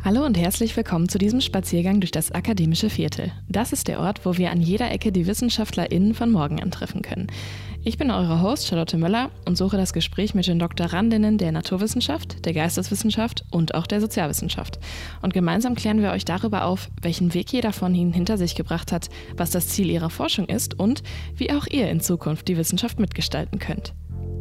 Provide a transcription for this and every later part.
Hallo und herzlich willkommen zu diesem Spaziergang durch das akademische Viertel. Das ist der Ort, wo wir an jeder Ecke die WissenschaftlerInnen von morgen antreffen können. Ich bin eure Host Charlotte Möller und suche das Gespräch mit den Doktorandinnen der Naturwissenschaft, der Geisteswissenschaft und auch der Sozialwissenschaft. Und gemeinsam klären wir euch darüber auf, welchen Weg jeder von ihnen hinter sich gebracht hat, was das Ziel ihrer Forschung ist und wie auch ihr in Zukunft die Wissenschaft mitgestalten könnt.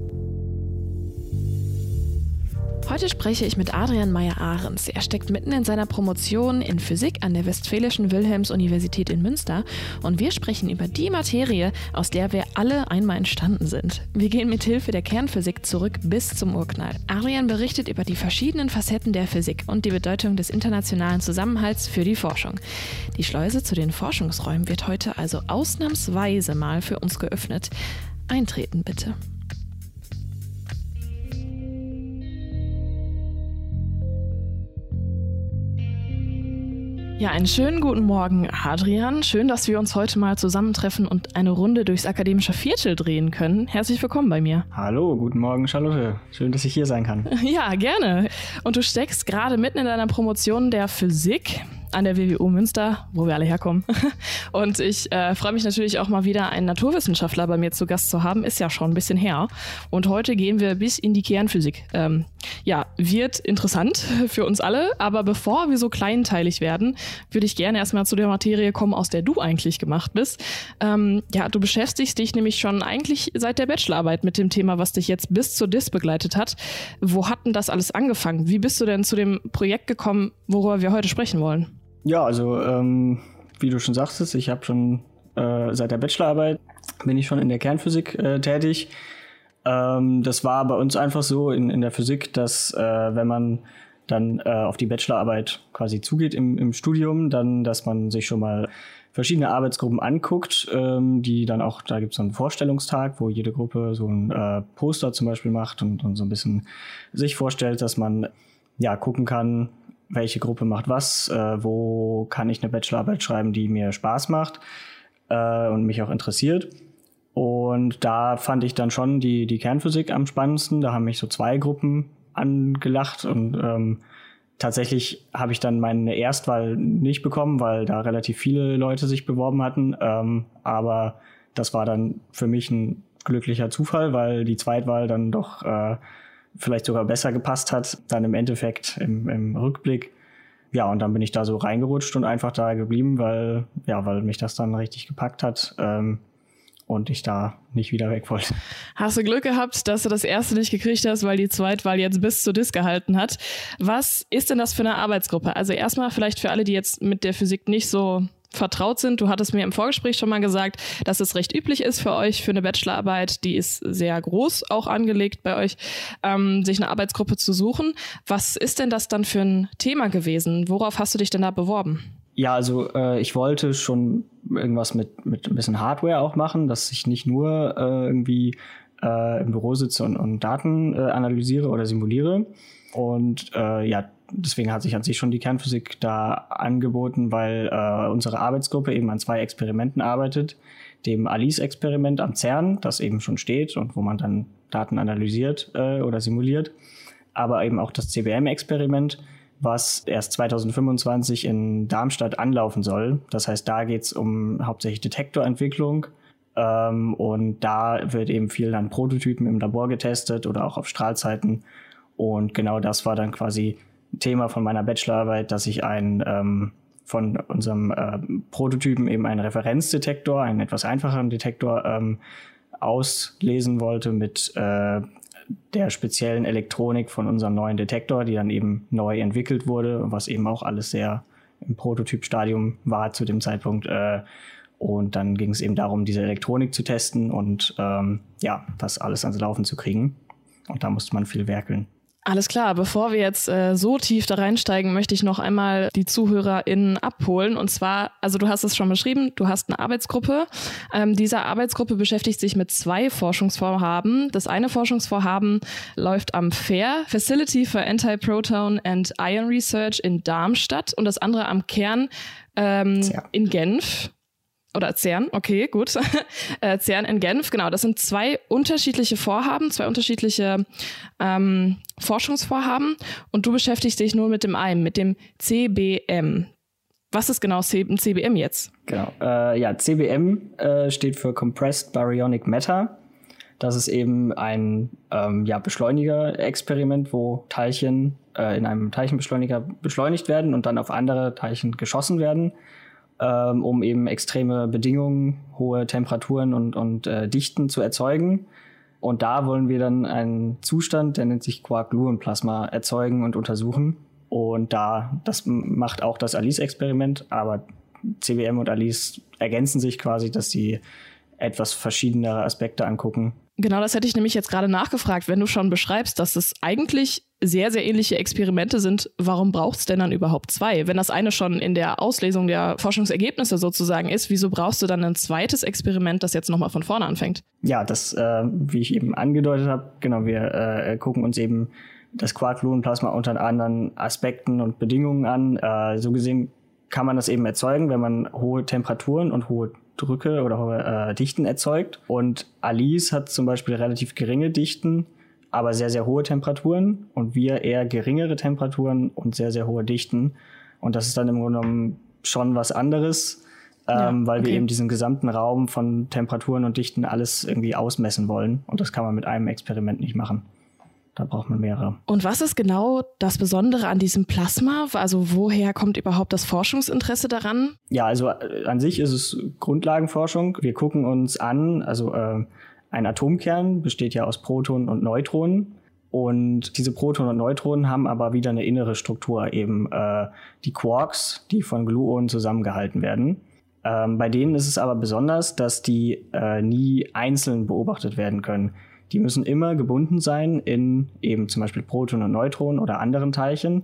Heute spreche ich mit Adrian Meyer-Ahrens. Er steckt mitten in seiner Promotion in Physik an der Westfälischen Wilhelms-Universität in Münster und wir sprechen über die Materie, aus der wir alle einmal entstanden sind. Wir gehen mit Hilfe der Kernphysik zurück bis zum Urknall. Adrian berichtet über die verschiedenen Facetten der Physik und die Bedeutung des internationalen Zusammenhalts für die Forschung. Die Schleuse zu den Forschungsräumen wird heute also ausnahmsweise mal für uns geöffnet. Eintreten bitte. Ja, einen schönen guten Morgen, Adrian. Schön, dass wir uns heute mal zusammentreffen und eine Runde durchs akademische Viertel drehen können. Herzlich willkommen bei mir. Hallo, guten Morgen, Charlotte. Schön, dass ich hier sein kann. Ja, gerne. Und du steckst gerade mitten in deiner Promotion der Physik an der WWU Münster, wo wir alle herkommen. Und ich freue mich natürlich auch mal wieder, einen Naturwissenschaftler bei mir zu Gast zu haben. Ist ja schon ein bisschen her. Und heute gehen wir bis in die Kernphysik. Wird interessant für uns alle. Aber bevor wir so kleinteilig werden, würde ich gerne erstmal zu der Materie kommen, aus der du eigentlich gemacht bist. Du beschäftigst dich nämlich schon eigentlich seit der Bachelorarbeit mit dem Thema, was dich jetzt bis zur DIS begleitet hat. Wo hat denn das alles angefangen? Wie bist du denn zu dem Projekt gekommen, worüber wir heute sprechen wollen? Ja, also wie du schon sagtest, ich habe schon seit der Bachelorarbeit bin ich schon in der Kernphysik tätig. Das war bei uns einfach so in der Physik, dass wenn man dann auf die Bachelorarbeit quasi zugeht im Studium, dann, dass man sich schon mal verschiedene Arbeitsgruppen anguckt, die dann auch, da gibt es so einen Vorstellungstag, wo jede Gruppe so ein Poster zum Beispiel macht und so ein bisschen sich vorstellt, dass man ja gucken kann, welche Gruppe macht was, wo kann ich eine Bachelorarbeit schreiben, die mir Spaß macht und mich auch interessiert. Und da fand ich dann schon die Kernphysik am spannendsten. Da haben mich so 2 Gruppen angelacht und tatsächlich habe ich dann meine Erstwahl nicht bekommen, weil da relativ viele Leute sich beworben hatten. Aber das war dann für mich ein glücklicher Zufall, weil die Zweitwahl dann doch vielleicht sogar besser gepasst hat, dann im Endeffekt im Rückblick. Ja, und dann bin ich da so reingerutscht und einfach da geblieben, weil mich das dann richtig gepackt hat und ich da nicht wieder weg wollte. Hast du Glück gehabt, dass du das erste nicht gekriegt hast, weil die Zweitwahl jetzt bis zur DIS gehalten hat. Was ist denn das für eine Arbeitsgruppe? Also erstmal vielleicht für alle, die jetzt mit der Physik nicht so vertraut sind. Du hattest mir im Vorgespräch schon mal gesagt, dass es recht üblich ist für euch, für eine Bachelorarbeit, die ist sehr groß auch angelegt bei euch, sich eine Arbeitsgruppe zu suchen. Was ist denn das dann für ein Thema gewesen? Worauf hast du dich denn da beworben? Ja, also ich wollte schon irgendwas mit ein bisschen Hardware auch machen, dass ich nicht nur irgendwie im Büro sitze und Daten analysiere oder simuliere. Und deswegen hat sich an sich schon die Kernphysik da angeboten, weil unsere Arbeitsgruppe eben an 2 Experimenten arbeitet. Dem ALICE-Experiment am CERN, das eben schon steht und wo man dann Daten analysiert oder simuliert. Aber eben auch das CBM-Experiment, was erst 2025 in Darmstadt anlaufen soll. Das heißt, da geht es um hauptsächlich Detektorentwicklung. Und da wird eben viel an Prototypen im Labor getestet oder auch auf Strahlzeiten. Und genau das war dann quasi Thema von meiner Bachelorarbeit, dass ich von unserem Prototypen eben einen Referenzdetektor, einen etwas einfacheren Detektor auslesen wollte mit der speziellen Elektronik von unserem neuen Detektor, die dann eben neu entwickelt wurde, was eben auch alles sehr im Prototypstadium war zu dem Zeitpunkt. Und dann ging es eben darum, diese Elektronik zu testen und das alles ans Laufen zu kriegen. Und da musste man viel werkeln. Alles klar, bevor wir jetzt so tief da reinsteigen, möchte ich noch einmal die ZuhörerInnen abholen. Und zwar, also du hast es schon beschrieben, du hast eine Arbeitsgruppe. Diese Arbeitsgruppe beschäftigt sich mit 2 Forschungsvorhaben. Das eine Forschungsvorhaben läuft am FAIR, Facility for Anti-Proton and Ion Research in Darmstadt, und das andere am CERN in Genf. oder CERN, okay, gut. CERN in Genf, genau. Das sind 2 unterschiedliche Vorhaben, 2 unterschiedliche Forschungsvorhaben. Und du beschäftigst dich nur mit dem einen, mit dem CBM. Was ist genau ein CBM jetzt? Genau. CBM steht für Compressed Baryonic Matter. Das ist eben ein Beschleuniger-Experiment, wo Teilchen in einem Teilchenbeschleuniger beschleunigt werden und dann auf andere Teilchen geschossen werden, um eben extreme Bedingungen, hohe Temperaturen und Dichten zu erzeugen. Und da wollen wir dann einen Zustand, der nennt sich Quark-Gluon-Plasma, erzeugen und untersuchen. Und das macht auch das ALICE-Experiment, aber CBM und ALICE ergänzen sich quasi, dass sie etwas verschiedenere Aspekte angucken. Genau, das hätte ich nämlich jetzt gerade nachgefragt. Wenn du schon beschreibst, dass es eigentlich sehr, sehr ähnliche Experimente sind, warum braucht es denn dann überhaupt 2? Wenn das eine schon in der Auslesung der Forschungsergebnisse sozusagen ist, wieso brauchst du dann ein zweites Experiment, das jetzt nochmal von vorne anfängt? Ja, das, wie ich eben angedeutet habe, genau, wir gucken uns eben das Quark-Gluon-Plasma unter anderen Aspekten und Bedingungen an. So gesehen kann man das eben erzeugen, wenn man hohe Temperaturen und hohe Drücke oder hohe Dichten erzeugt. Und ALICE hat zum Beispiel relativ geringe Dichten, aber sehr, sehr hohe Temperaturen. Und wir eher geringere Temperaturen und sehr, sehr hohe Dichten. Und das ist dann im Grunde genommen schon was anderes, weil wir eben diesen gesamten Raum von Temperaturen und Dichten alles irgendwie ausmessen wollen. Und das kann man mit einem Experiment nicht machen. Da braucht man mehrere. Und was ist genau das Besondere an diesem Plasma? Also woher kommt überhaupt das Forschungsinteresse daran? Ja, also an sich ist es Grundlagenforschung. Wir gucken uns an, also ein Atomkern besteht ja aus Protonen und Neutronen. Und diese Protonen und Neutronen haben aber wieder eine innere Struktur, eben die Quarks, die von Gluonen zusammengehalten werden. Bei denen ist es aber besonders, dass die nie einzeln beobachtet werden können. Die müssen immer gebunden sein in eben zum Beispiel Protonen und Neutronen oder anderen Teilchen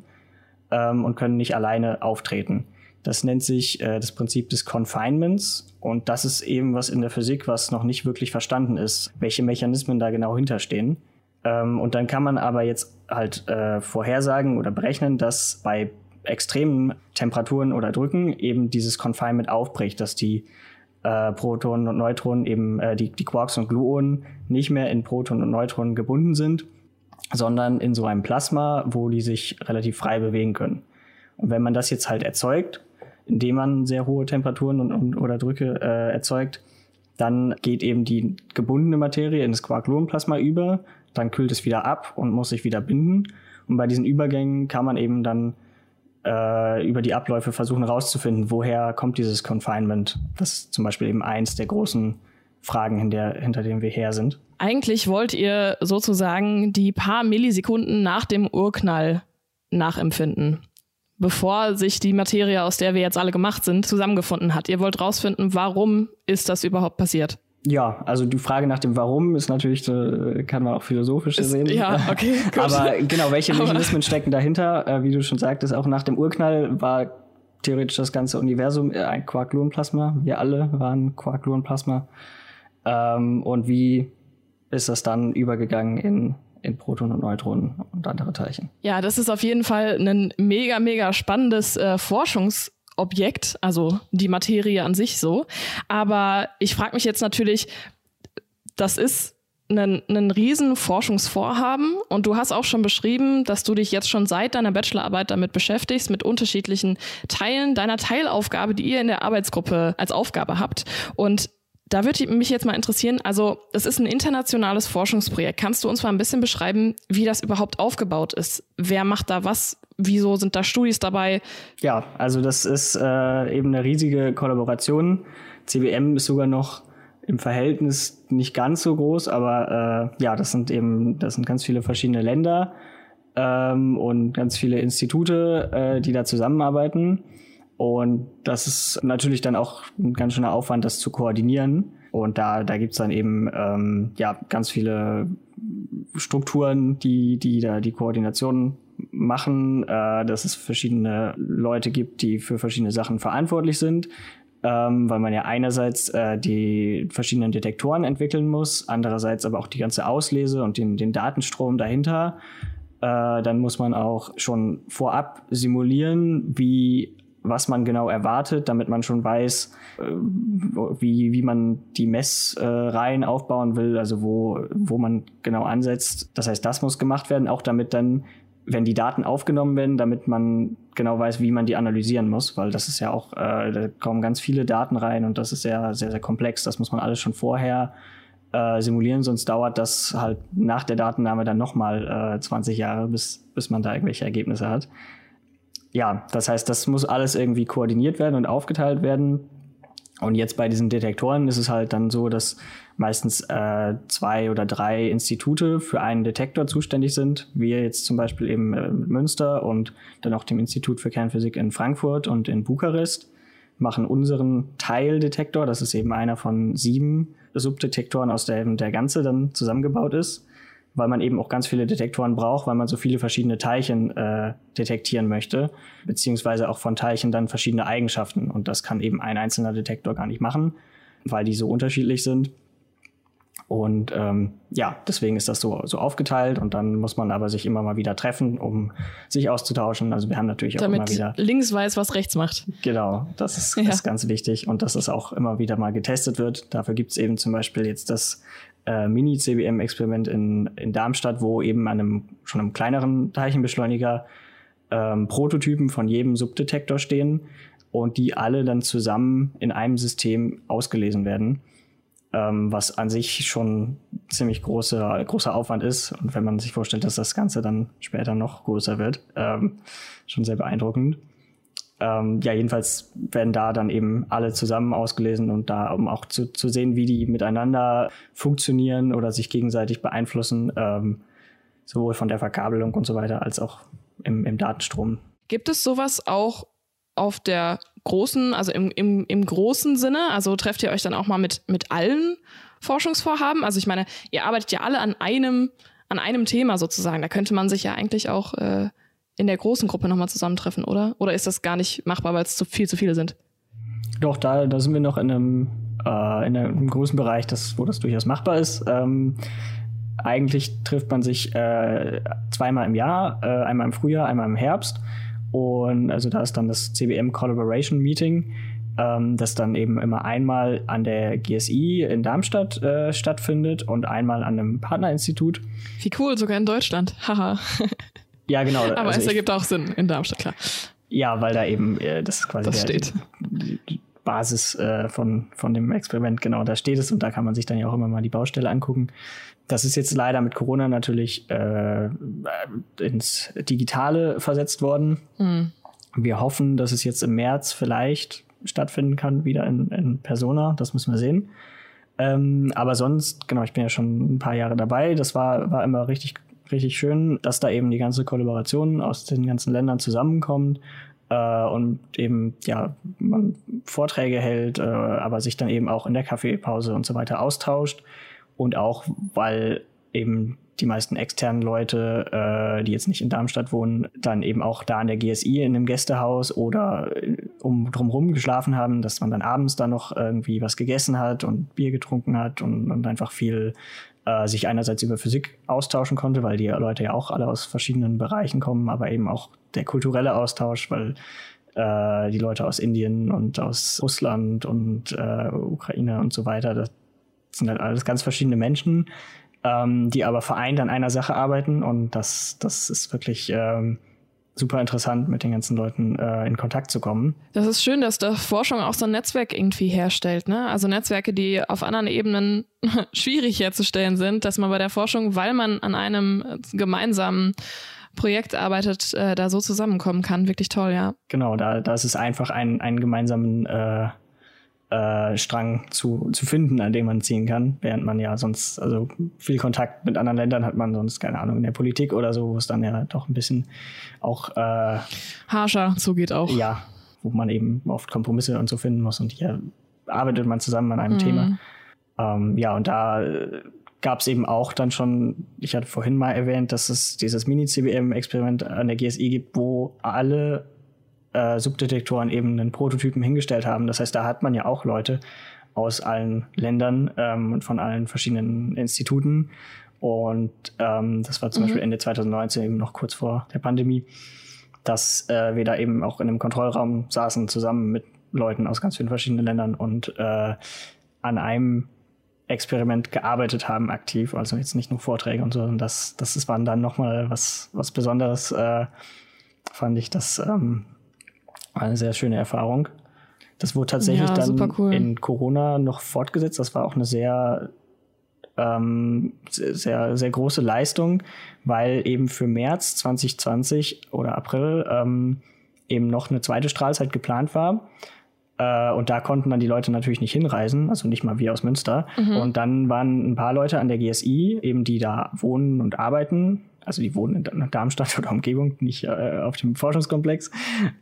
und können nicht alleine auftreten. Das nennt sich das Prinzip des Confinements und das ist eben was in der Physik, was noch nicht wirklich verstanden ist, welche Mechanismen da genau hinterstehen. Und dann kann man aber jetzt halt vorhersagen oder berechnen, dass bei extremen Temperaturen oder Drücken eben dieses Confinement aufbricht, dass die Protonen und Neutronen eben die Quarks und Gluonen nicht mehr in Protonen und Neutronen gebunden sind, sondern in so einem Plasma, wo die sich relativ frei bewegen können. Und wenn man das jetzt halt erzeugt, indem man sehr hohe Temperaturen oder Drücke erzeugt, dann geht eben die gebundene Materie in das Quark-Gluon-Plasma über, dann kühlt es wieder ab und muss sich wieder binden. Und bei diesen Übergängen kann man eben dann über die Abläufe versuchen herauszufinden, woher kommt dieses Confinement. Das ist zum Beispiel eben eins der großen Fragen, hinter denen wir her sind. Eigentlich wollt ihr sozusagen die paar Millisekunden nach dem Urknall nachempfinden, bevor sich die Materie, aus der wir jetzt alle gemacht sind, zusammengefunden hat. Ihr wollt rausfinden, warum ist das überhaupt passiert? Ja, also die Frage nach dem Warum ist natürlich, kann man auch philosophisch sehen. Ja, okay, gut. Aber genau, welche Mechanismen stecken dahinter? Wie du schon sagtest, auch nach dem Urknall war theoretisch das ganze Universum ein Quark-Gluon-Plasma. Wir alle waren Quark-Gluon-Plasma. Und wie ist das dann übergegangen in Protonen und Neutronen und andere Teilchen? Ja, das ist auf jeden Fall ein mega, mega spannendes Forschungsobjekt, also die Materie an sich so. Aber ich frage mich jetzt natürlich, das ist ein riesen Forschungsvorhaben und du hast auch schon beschrieben, dass du dich jetzt schon seit deiner Bachelorarbeit damit beschäftigst, mit unterschiedlichen Teilen deiner Teilaufgabe, die ihr in der Arbeitsgruppe als Aufgabe habt. Und da würde mich jetzt mal interessieren, also das ist ein internationales Forschungsprojekt. Kannst du uns mal ein bisschen beschreiben, wie das überhaupt aufgebaut ist? Wer macht da was? Wieso sind da Studis dabei? Ja, also das ist eben eine riesige Kollaboration. CBM ist sogar noch im Verhältnis nicht ganz so groß, aber das sind ganz viele verschiedene Länder und ganz viele Institute, die da zusammenarbeiten. Und das ist natürlich dann auch ein ganz schöner Aufwand, das zu koordinieren. Und da gibt's dann eben ganz viele Strukturen, die da die Koordination machen, dass es verschiedene Leute gibt, die für verschiedene Sachen verantwortlich sind, weil man ja einerseits die verschiedenen Detektoren entwickeln muss, andererseits aber auch die ganze Auslese und den Datenstrom dahinter. Dann muss man auch schon vorab simulieren, wie was man genau erwartet, damit man schon weiß, wie man die Messreihen aufbauen will, also wo man genau ansetzt. Das heißt, das muss gemacht werden, auch damit dann, wenn die Daten aufgenommen werden, damit man genau weiß, wie man die analysieren muss, weil das ist ja auch, da kommen ganz viele Daten rein und das ist sehr, sehr, sehr komplex. Das muss man alles schon vorher simulieren, sonst dauert das halt nach der Datennahme dann nochmal 20 Jahre, bis man da irgendwelche Ergebnisse hat. Ja, das heißt, das muss alles irgendwie koordiniert werden und aufgeteilt werden. Und jetzt bei diesen Detektoren ist es halt dann so, dass meistens 2 oder 3 Institute für einen Detektor zuständig sind. Wir jetzt zum Beispiel eben Münster und dann auch dem Institut für Kernphysik in Frankfurt und in Bukarest machen unseren Teildetektor. Das ist eben einer von 7 Subdetektoren, aus dem der ganze dann zusammengebaut ist, weil man eben auch ganz viele Detektoren braucht, weil man so viele verschiedene Teilchen detektieren möchte, beziehungsweise auch von Teilchen dann verschiedene Eigenschaften. Und das kann eben ein einzelner Detektor gar nicht machen, weil die so unterschiedlich sind. Und deswegen ist das so aufgeteilt und dann muss man aber sich immer mal wieder treffen, um sich auszutauschen. Also wir haben natürlich auch damit immer wieder... links weiß, was rechts macht. Genau, das ist ganz wichtig und dass es auch immer wieder mal getestet wird. Dafür gibt es eben zum Beispiel jetzt das Mini-CBM-Experiment in Darmstadt, wo eben an einem kleineren Teilchenbeschleuniger Prototypen von jedem Subdetektor stehen und die alle dann zusammen in einem System ausgelesen werden, was an sich schon ziemlich großer Aufwand ist. Und wenn man sich vorstellt, dass das Ganze dann später noch größer wird, schon sehr beeindruckend. Jedenfalls werden da dann eben alle zusammen ausgelesen und da, um auch zu sehen, wie die miteinander funktionieren oder sich gegenseitig beeinflussen, sowohl von der Verkabelung und so weiter, als auch im Datenstrom. Gibt es sowas auch auf der großen, also im großen Sinne? Also trefft ihr euch dann auch mal mit allen Forschungsvorhaben? Also ich meine, ihr arbeitet ja alle an einem Thema sozusagen. Da könnte man sich ja eigentlich auch in der großen Gruppe nochmal zusammentreffen, oder? Oder ist das gar nicht machbar, weil es zu viele sind? Doch, da sind wir noch in einem großen Bereich, wo das durchaus machbar ist. Eigentlich trifft man sich 2-mal im Jahr, einmal im Frühjahr, einmal im Herbst. Und also da ist dann das CBM Collaboration Meeting, das dann eben immer einmal an der GSI in Darmstadt stattfindet und einmal an einem Partnerinstitut. Wie cool, sogar in Deutschland. Haha. Ja, genau. Aber also es ergibt auch Sinn in Darmstadt, klar. Ja, weil da eben, das ist quasi die Basis von dem Experiment, genau, da steht es und da kann man sich dann ja auch immer mal die Baustelle angucken. Das ist jetzt leider mit Corona natürlich ins Digitale versetzt worden. Mhm. Wir hoffen, dass es jetzt im März vielleicht stattfinden kann, wieder in Persona. Das müssen wir sehen. Aber sonst, genau, ich bin ja schon ein paar Jahre dabei. Das war immer richtig schön, dass da eben die ganze Kollaboration aus den ganzen Ländern zusammenkommt und eben, ja, man Vorträge hält, aber sich dann eben auch in der Kaffeepause und so weiter austauscht. Und auch, weil eben die meisten externen Leute, die jetzt nicht in Darmstadt wohnen, dann eben auch da an der GSI in einem Gästehaus oder drumherum geschlafen haben, dass man dann abends da noch irgendwie was gegessen hat und Bier getrunken hat und einfach viel sich einerseits über Physik austauschen konnte, weil die Leute ja auch alle aus verschiedenen Bereichen kommen, aber eben auch der kulturelle Austausch, weil die Leute aus Indien und aus Russland und Ukraine und so weiter, das sind halt alles ganz verschiedene Menschen, die aber vereint an einer Sache arbeiten und das ist wirklich super interessant, mit den ganzen Leuten in Kontakt zu kommen. Das ist schön, dass da Forschung auch so ein Netzwerk irgendwie herstellt, ne? Also Netzwerke, die auf anderen Ebenen schwierig herzustellen sind, dass man bei der Forschung, weil man an einem gemeinsamen Projekt arbeitet, da so zusammenkommen kann. Wirklich toll, ja. Genau, da ist es einfach einen gemeinsamen Strang zu finden, an dem man ziehen kann, während man ja sonst, also viel Kontakt mit anderen Ländern hat man sonst, keine Ahnung, in der Politik oder so, wo es dann ja doch ein bisschen auch harscher zugeht auch. Ja, wo man eben oft Kompromisse und so finden muss und hier arbeitet man zusammen an einem Thema. Ja, und da gab es eben auch dann schon, ich hatte vorhin mal erwähnt, dass es dieses Mini-CBM-Experiment an der GSI gibt, wo alle Subdetektoren eben einen Prototypen hingestellt haben. Das heißt, da hat man ja auch Leute aus allen Ländern und von allen verschiedenen Instituten. Und das war zum Beispiel Ende 2019, eben noch kurz vor der Pandemie. dass wir da eben auch in einem Kontrollraum saßen, zusammen mit Leuten aus ganz vielen verschiedenen Ländern und an einem Experiment gearbeitet haben, aktiv, also jetzt nicht nur Vorträge und so. Und das waren dann nochmal was Besonderes, fand ich. Das war eine sehr schöne Erfahrung. Das wurde tatsächlich dann cool. In Corona noch fortgesetzt. Das war auch eine sehr, sehr, sehr große Leistung, weil eben für März 2020 oder April eben noch eine zweite Strahlzeit geplant war. Und da konnten dann die Leute natürlich nicht hinreisen, also nicht mal wir aus Münster. Und dann waren ein paar Leute an der GSI, eben die da wohnen und arbeiten. Also die wohnen in Darmstadt oder Umgebung, nicht auf dem Forschungskomplex.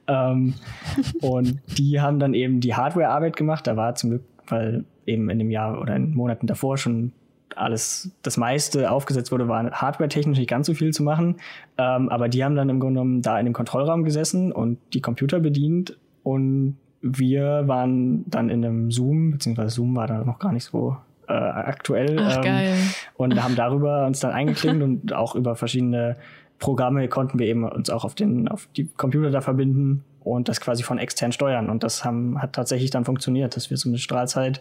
Und die haben dann eben die Hardware-Arbeit gemacht. Da war zum Glück, weil eben in dem Jahr oder in den Monaten davor schon alles, das meiste aufgesetzt wurde, war hardware-technisch nicht ganz so viel zu machen. Aber die haben dann im Grunde genommen da in dem Kontrollraum gesessen und die Computer bedient. Und wir waren dann in einem Zoom, beziehungsweise Zoom war da noch gar nicht so aktuell. Ach, geil. Und haben darüber uns dann eingeklinkt und auch über verschiedene Programme konnten wir eben uns auch auf die Computer da verbinden und das quasi von extern steuern. Und das hat tatsächlich dann funktioniert, dass wir so eine Strahlzeit,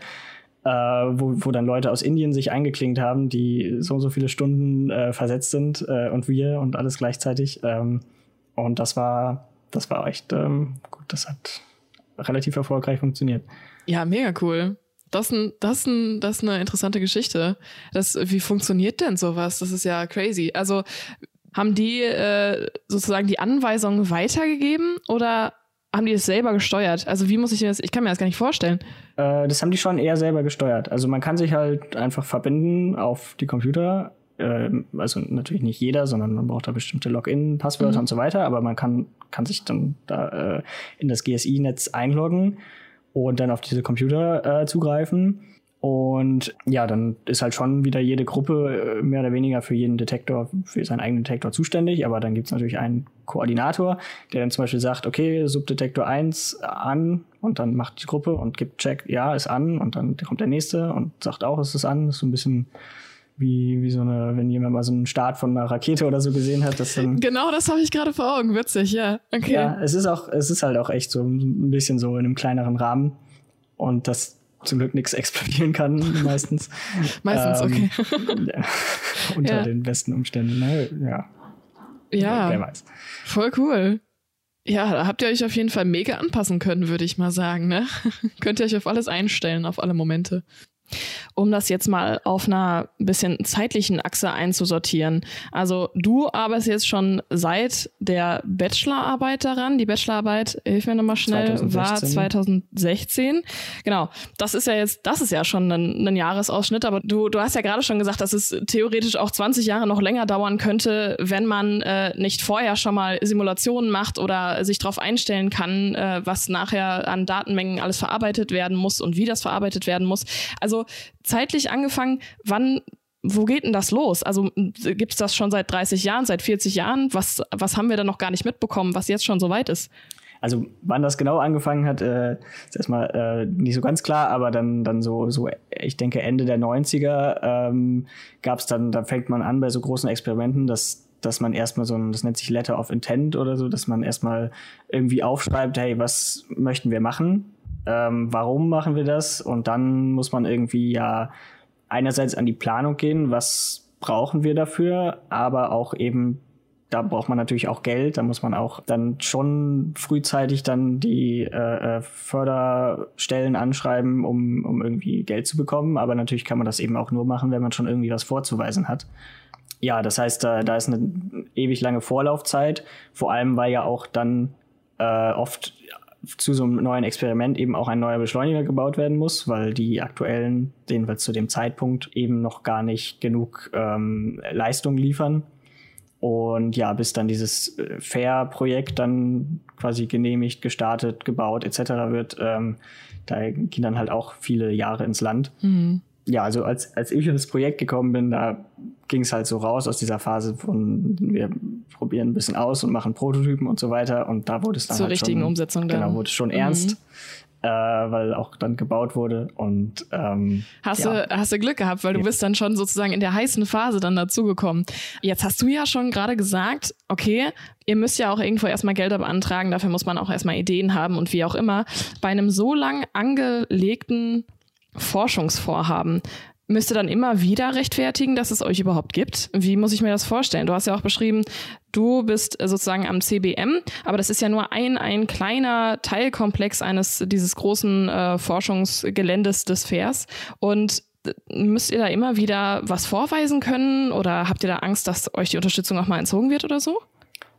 wo dann Leute aus Indien sich eingeklinkt haben, die so viele Stunden versetzt sind und wir und alles gleichzeitig. Und das war echt gut, das hat relativ erfolgreich funktioniert. Ja, mega cool. Das ist eine interessante Geschichte. Wie funktioniert denn sowas? Das ist ja crazy. Also haben die sozusagen die Anweisungen weitergegeben oder haben die es selber gesteuert? Also wie muss ich das? Ich kann mir das gar nicht vorstellen. Das haben die schon eher selber gesteuert. Also man kann sich halt einfach verbinden auf die Computer. Also natürlich nicht jeder, sondern man braucht da bestimmte Login-Passwörter und so weiter. Aber man kann sich dann da in das GSI-Netz einloggen und dann auf diese Computer zugreifen. Und ja, dann ist halt schon wieder jede Gruppe mehr oder weniger für jeden Detektor, für seinen eigenen Detektor zuständig. Aber dann gibt's natürlich einen Koordinator, der dann zum Beispiel sagt, okay, Subdetektor 1 an und dann macht die Gruppe und gibt Check, ja, ist an und dann kommt der nächste und sagt auch, es ist an. Das ist so ein bisschen wie so wenn jemand mal so einen Start von einer Rakete oder so gesehen hat. Genau, das habe ich gerade vor Augen. Witzig, ja. Okay. Ja, es ist halt auch echt so ein bisschen so in einem kleineren Rahmen und das zum Glück nichts explodieren kann meistens. Meistens, okay. Unter den besten Umständen, ne? Ja. Wer weiß. Voll cool. Ja, da habt ihr euch auf jeden Fall mega anpassen können, würde ich mal sagen, ne? Könnt ihr euch auf alles einstellen, auf alle Momente. Um das jetzt mal auf einer bisschen zeitlichen Achse einzusortieren. Also du arbeitest jetzt schon seit der Bachelorarbeit daran. Die Bachelorarbeit, hilf mir nochmal schnell, 2016. War 2016. Genau, das ist ja schon ein Jahresausschnitt, aber du hast ja gerade schon gesagt, dass es theoretisch auch 20 Jahre noch länger dauern könnte, wenn man nicht vorher schon mal Simulationen macht oder sich darauf einstellen kann, was nachher an Datenmengen alles verarbeitet werden muss und wie das verarbeitet werden muss. Also zeitlich angefangen, wo geht denn das los? Also gibt es das schon seit 30 Jahren, seit 40 Jahren? Was haben wir da noch gar nicht mitbekommen, was jetzt schon so weit ist? Also wann das genau angefangen hat, ist erstmal nicht so ganz klar, aber dann so ich denke Ende der 90er gab's dann, da fängt man an bei so großen Experimenten, dass man erstmal das nennt sich Letter of Intent oder so, dass man erstmal irgendwie aufschreibt, hey, was möchten wir machen? Warum machen wir das? Und dann muss man irgendwie ja einerseits an die Planung gehen, was brauchen wir dafür, aber auch eben, da braucht man natürlich auch Geld, da muss man auch dann schon frühzeitig dann die Förderstellen anschreiben, um irgendwie Geld zu bekommen, aber natürlich kann man das eben auch nur machen, wenn man schon irgendwie was vorzuweisen hat. Ja, das heißt, da ist eine ewig lange Vorlaufzeit, vor allem weil ja auch dann oft zu so einem neuen Experiment eben auch ein neuer Beschleuniger gebaut werden muss, weil die aktuellen, jedenfalls zu dem Zeitpunkt, eben noch gar nicht genug Leistung liefern. Und ja, bis dann dieses FAIR-Projekt dann quasi genehmigt, gestartet, gebaut etc. wird, da gehen dann halt auch viele Jahre ins Land. Mhm. Ja, also als ich in das Projekt gekommen bin, da ging es halt so raus aus dieser Phase von, wir probieren ein bisschen aus und machen Prototypen und so weiter. Und da wurde es dann zur halt richtigen schon, Umsetzung dann. Genau, wurde es schon ernst. weil auch dann gebaut wurde. Und hast du Glück gehabt, weil du bist dann schon sozusagen in der heißen Phase dann dazugekommen. Jetzt hast du ja schon gerade gesagt, okay, ihr müsst ja auch irgendwo erstmal Gelder beantragen, dafür muss man auch erstmal Ideen haben und wie auch immer. Bei einem so lang angelegten Forschungsvorhaben müsst ihr dann immer wieder rechtfertigen, dass es euch überhaupt gibt? Wie muss ich mir das vorstellen? Du hast ja auch beschrieben, du bist sozusagen am CBM, aber das ist ja nur ein kleiner Teilkomplex dieses großen Forschungsgeländes des FAIRs. Und müsst ihr da immer wieder was vorweisen können oder habt ihr da Angst, dass euch die Unterstützung auch mal entzogen wird oder so?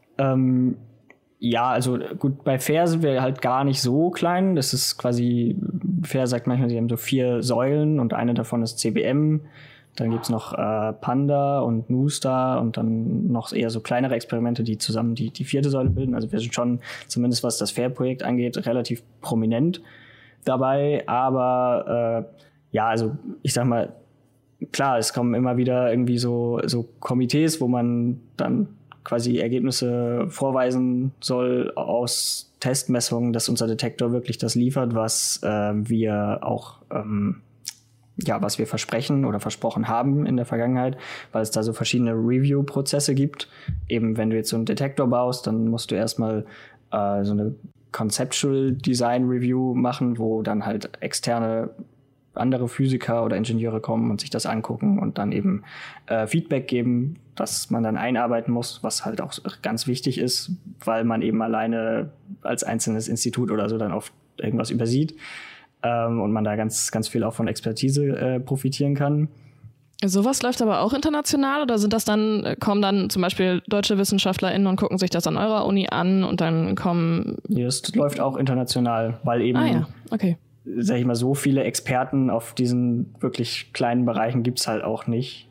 Ja, also gut, bei FAIR sind wir halt gar nicht so klein. Das ist quasi, FAIR sagt manchmal, sie haben so 4 Säulen und eine davon ist CBM. Dann gibt's noch Panda und Nooster und dann noch eher so kleinere Experimente, die zusammen die 4. Säule bilden. Also wir sind schon, zumindest was das FAIR-Projekt angeht, relativ prominent dabei. Aber ja, also ich sag mal, klar, es kommen immer wieder irgendwie so Komitees, wo man dann quasi Ergebnisse vorweisen soll aus Testmessungen, dass unser Detektor wirklich das liefert, was wir auch was wir versprechen oder versprochen haben in der Vergangenheit, weil es da so verschiedene Review-Prozesse gibt. Eben wenn du jetzt so einen Detektor baust, dann musst du erstmal so eine Conceptual Design Review machen, wo dann halt externe andere Physiker oder Ingenieure kommen und sich das angucken und dann eben Feedback geben, das man dann einarbeiten muss, was halt auch ganz wichtig ist, weil man eben alleine als einzelnes Institut oder so dann oft irgendwas übersieht und man da ganz, ganz viel auch von Expertise profitieren kann. Sowas läuft aber auch international oder kommen dann zum Beispiel deutsche WissenschaftlerInnen und gucken sich das an eurer Uni an und dann kommen... Ja, es läuft auch international, weil eben, sag ich mal, so viele Experten auf diesen wirklich kleinen Bereichen gibt's halt auch nicht.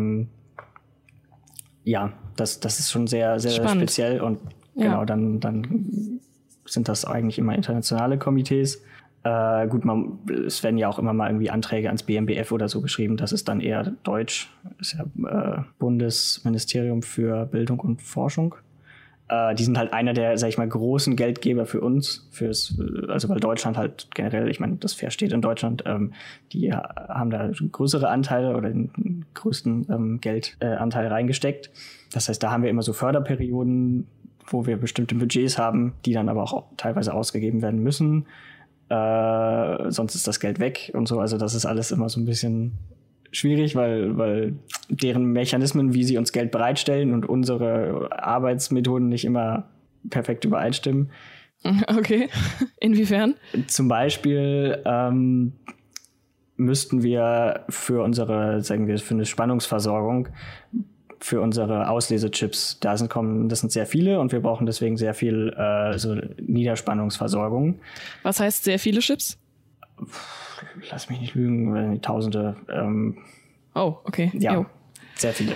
Ja, das ist schon sehr, sehr spannend. Speziell und genau, dann sind das eigentlich immer internationale Komitees. Gut, es werden ja auch immer mal irgendwie Anträge ans BMBF oder so geschrieben, das ist dann eher deutsch, das ist ja Bundesministerium für Bildung und Forschung. Die sind halt einer der, sag ich mal, großen Geldgeber für uns, also weil Deutschland halt generell, ich meine, das FAIR steht in Deutschland, die haben da größere Anteile oder den größten Geldanteil reingesteckt. Das heißt, da haben wir immer so Förderperioden, wo wir bestimmte Budgets haben, die dann aber auch teilweise ausgegeben werden müssen. Sonst ist das Geld weg und so. Also das ist alles immer so ein bisschen schwierig, weil deren Mechanismen, wie sie uns Geld bereitstellen und unsere Arbeitsmethoden nicht immer perfekt übereinstimmen. Okay, inwiefern? Zum Beispiel müssten wir für unsere, sagen wir, für eine Spannungsversorgung, für unsere Auslesechips, das sind sehr viele und wir brauchen deswegen sehr viel so Niederspannungsversorgung. Was heißt sehr viele Chips? Lass mich nicht lügen, Tausende. Oh, okay. Ja, sehr viele.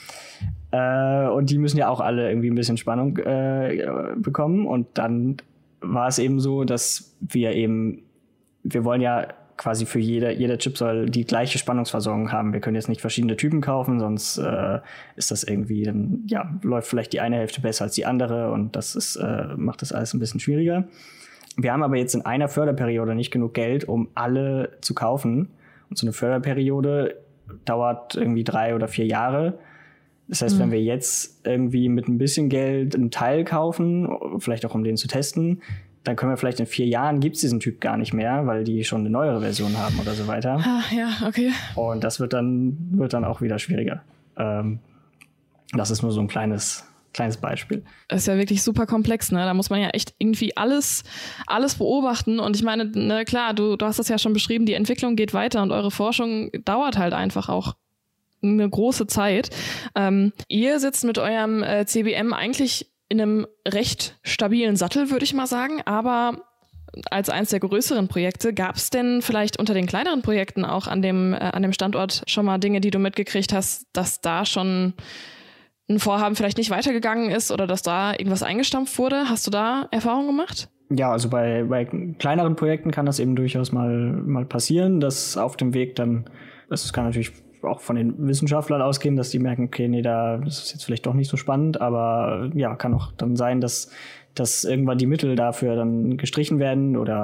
Und die müssen ja auch alle irgendwie ein bisschen Spannung bekommen. Und dann war es eben so, dass wir wollen ja quasi für jeder Chip soll die gleiche Spannungsversorgung haben. Wir können jetzt nicht verschiedene Typen kaufen, sonst ist das irgendwie, dann läuft vielleicht die eine Hälfte besser als die andere und das macht das alles ein bisschen schwieriger. Wir haben aber jetzt in einer Förderperiode nicht genug Geld, um alle zu kaufen. Und so eine Förderperiode dauert irgendwie 3 oder 4 Jahre. Das heißt, wenn wir jetzt irgendwie mit ein bisschen Geld einen Teil kaufen, vielleicht auch um den zu testen, dann können wir vielleicht in 4 Jahren gibt's diesen Typ gar nicht mehr, weil die schon eine neuere Version haben oder so weiter. Ja, okay. Und das wird dann auch wieder schwieriger. Das ist nur so ein kleines Beispiel. Das ist ja wirklich super komplex, ne? Da muss man ja echt irgendwie alles beobachten. Und ich meine, ne, klar, du hast das ja schon beschrieben, die Entwicklung geht weiter und eure Forschung dauert halt einfach auch eine große Zeit. Ihr sitzt mit eurem CBM eigentlich in einem recht stabilen Sattel, würde ich mal sagen. Aber als eins der größeren Projekte, gab es denn vielleicht unter den kleineren Projekten auch an dem Standort schon mal Dinge, die du mitgekriegt hast, dass da schon ein Vorhaben vielleicht nicht weitergegangen ist oder dass da irgendwas eingestampft wurde? Hast du da Erfahrungen gemacht? Ja, also bei kleineren Projekten kann das eben durchaus mal passieren, dass auf dem Weg dann, das kann natürlich auch von den Wissenschaftlern ausgehen, dass die merken, okay, nee, das ist jetzt vielleicht doch nicht so spannend, aber ja, kann auch dann sein, dass irgendwann die Mittel dafür dann gestrichen werden oder